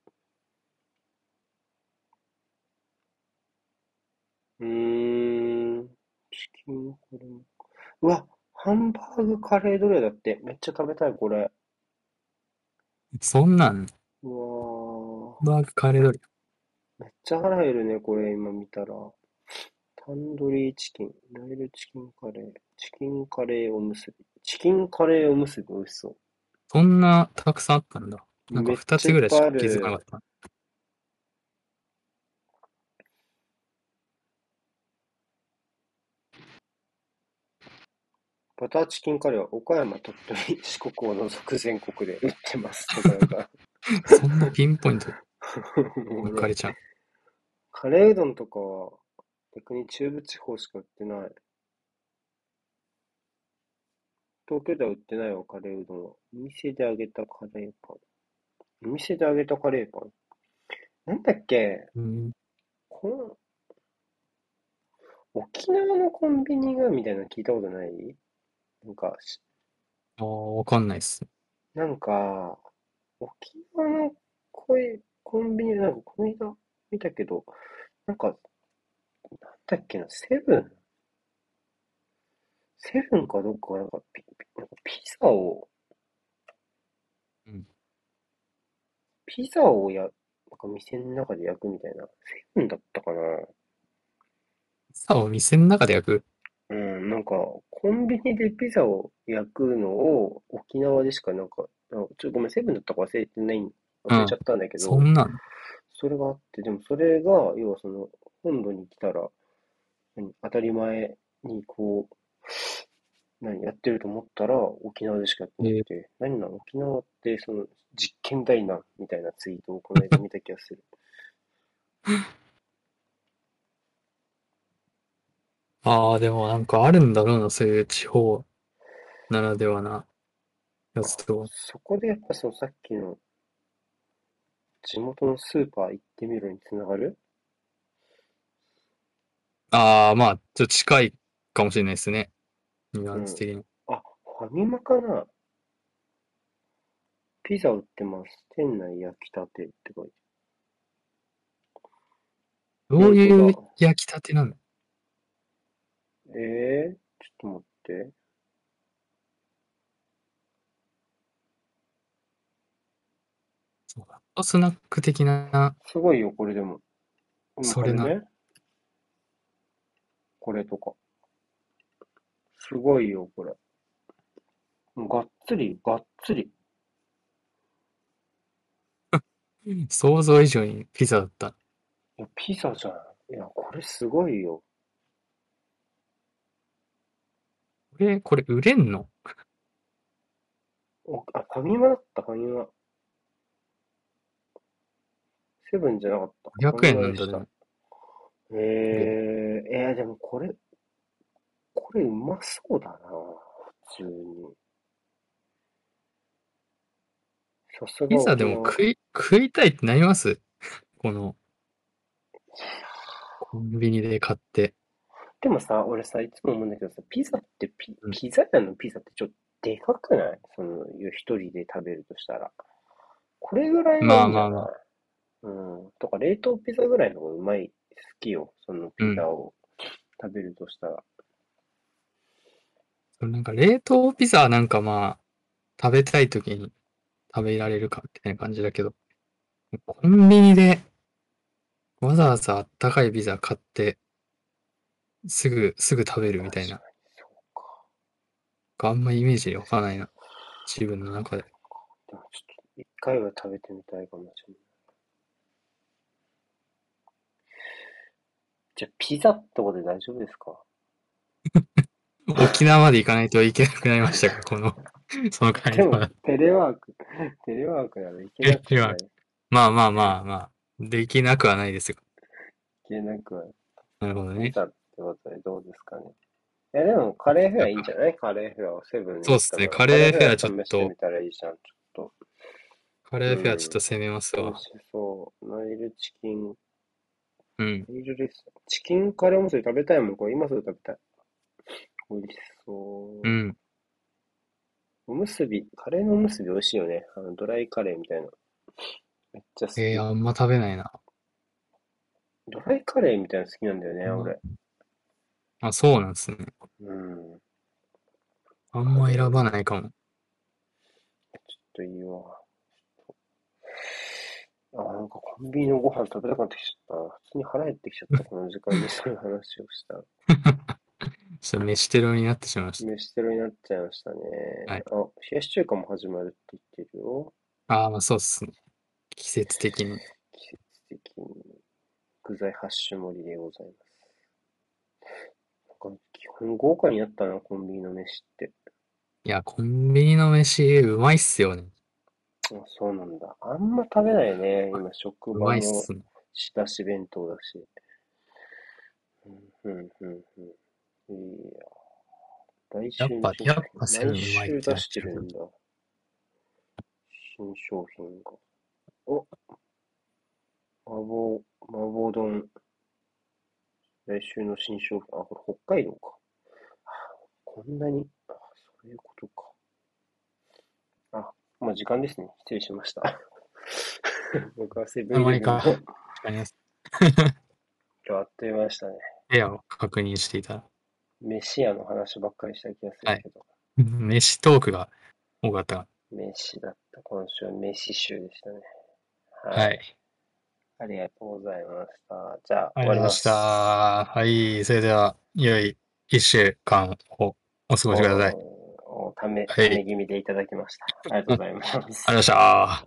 うーん。チキンカレー。うわ、ハンバーグカレーどれだって。めっちゃ食べたい、これ。 そんなん、 うわー。 バーグカレードリめっちゃ腹減るね、これ今見たら。タンドリーチキン、ライルチキンカレー、チキンカレーおむすび。チキンカレーおむすび美味しそそんなたくさんあったんだ。 う。 なんかめっ二つぐらいちゃいっぱいあしか気づかなる。 かった。 バターチキンカレーは岡山、鳥取、四国を除く全国で売ってますとかなんかそんなピンポイントでおもろい。 抜かれちゃう。 カレーうどんとかは逆に中部地方しか売ってない。東京では売ってないわ、カレーうどんは。お店で揚げたカレーパン。お店で揚げたカレーパン。なんだっけうん。 この沖縄のコンビニがみたいなの聞いたことないなんかし、 ああ、わかんないっす。 なんか、沖縄の声、コンビニなんかこの間見たけど、なんか、なんだっけな、セブンセブンかどっかなんかピ、ピなんかピザを、 うん。 ピザをや、なんか店の中で焼くみたいな。セブンだったかなピザを店の中で焼く。 うん、なんか、コンビニでピザを焼くのを沖縄でしかなんかあちょっとごめん、セブンだったか忘れてない、 うん。 忘れちゃったんだけど、 そんなん。 それがあって、でもそれが、要はその、本土に来たら、何当たり前にこう、何やってると思ったら、沖縄でしかやってえーなくて、何なの沖縄って、その、実験台なんみたいなツイートをこの間見た気がする。 ああ、でもなんかあるんだろうな、そういう地方ならではなやつと。 そこでやっぱそのさっきの地元のスーパー行ってみろにつながる。 ああ、まあ、ちょっと近いかもしれないですね。ニュアうん。 ンス的に。 あ、ファミマかな。ピザ売ってます。店内焼きたてって書いてある。 どういう本当だ。 焼きたてなの？ えー、ちょっと待って。 そうだ。スナック的な、 すごいよ、これでも。今それな。 貼るね。これとか。すごいよ、これ。もうがっつり、がっつり。 想像以上にピザだった。 いや、ピザじゃん。いや、これすごいよ。 これ、これ売れんの？ おあ、ファミマだった、ファミマ。セブンじゃなかった。ファごひゃくミ円なんだ、でマでした。 も。 えこれ。 ー、えー、でもこれ、これうまそうだな。普通に。さすがピザで沖縄。 も食い、食いたいってなります？この、コンビニで買って。 でもさ、俺さ、いつも思うんだけどさ、ピザってピ、 うん。 ピザ屋のピザってちょっとでかくない？その、一人で食べるとしたら。これぐらいがいいまあんじゃない？ まあまあ。 うん。とか、冷凍ピザぐらいの方がうまい、好きよ。そのうん。 ピザを食べるとしたら。 それなんか冷凍ピザはなんかまあ、食べたい時に食べられるかみたいな感じだけど、コンビニでわざわざあったかいピザ買って、すぐ、すぐ食べる確かみたいな。 に、そうか。 あんまイメージわかないな。自分の中で。 でもちょっと、一回は食べてみたいかもしれない。じゃあ、ピザってことで大丈夫ですか？ 沖縄まで行かないといけなくなりましたか、この、その回でも、 答だ。 テレワーク、テレワークならいけなくはでは、 ない。いまあまあまあまあ、できなくはないですよ。 けなくはない。 なるほどね。 ピザってことでどうですかね。いや、でも、カレーフェアいいんじゃない？カレーフェアをセブンに行ったそうっすね。カならカレーレーフェアちょっフェア試してと、 みたらいいじゃん、ちょっカと。うレーフェアちょっん。 と攻めますわ。 美味しそう。ナイルチキン、 うん。 ナイルレスチキンカレーもそれ食べたいもん。これ今すぐ食べたい。美味しそう。 うん。 おむすび、カレーのおむすび美味しいよね。あの、ドライカレーみたいな。めっちゃ好えー、 き。 あんま食べないな。 ドライカレーみたいなの好きなんだよね、 あんま、 俺。 あ、そうなんですね。 うん。 あんカレー、ちょま選ばないかも。 っといいわ。あ、なんかコンビニのご飯食べたくなってきちゃった。普通に腹減ってきちゃった。この時間にそういう話をしたら。 ちょっと飯テロになってしまいまし飯テロになっちゃいましたね。 た。はい。 あ、冷やし中華も始まるって言ってるよ。 ああ、まあそうっすね。季節的に。 季節的に具材はち種盛りでございます。なんか基本豪華になったな、コンビニの飯って。 いや、コンビニの飯、うまいっすよね。 あ、そうなんだ。あんま食べないね。今、職う場もまいっすね。 仕出し弁当だし。うん、うん、うん、うん。いや、来やっぱ、 週の新商やっぱ品。毎セブンうまいって週出しなっちゃうと。 てるんだ。新商品が。お、麻婆、麻婆丼。来週の新商品。あ、これ北海道か。こんなに。あ、そういうことか。あ、もう時間ですね。失礼しました。僕はセブンあイレブンのまりか。あります。 今日あっという間でしたね。 部屋を確認していた。 飯屋の話ばっかりした気がすはい。 るけど。 飯トークが多かった。 飯だった。今週は飯週でしたね。はい。 はい。 ありがとうございました。じゃあ、 ありがとうございまし終わります。 た。はい。それでは、良い一週間をお過ごしください。 おため、 はい。 ため気味でいただきました。ありがとうございます。 ありがとうございました。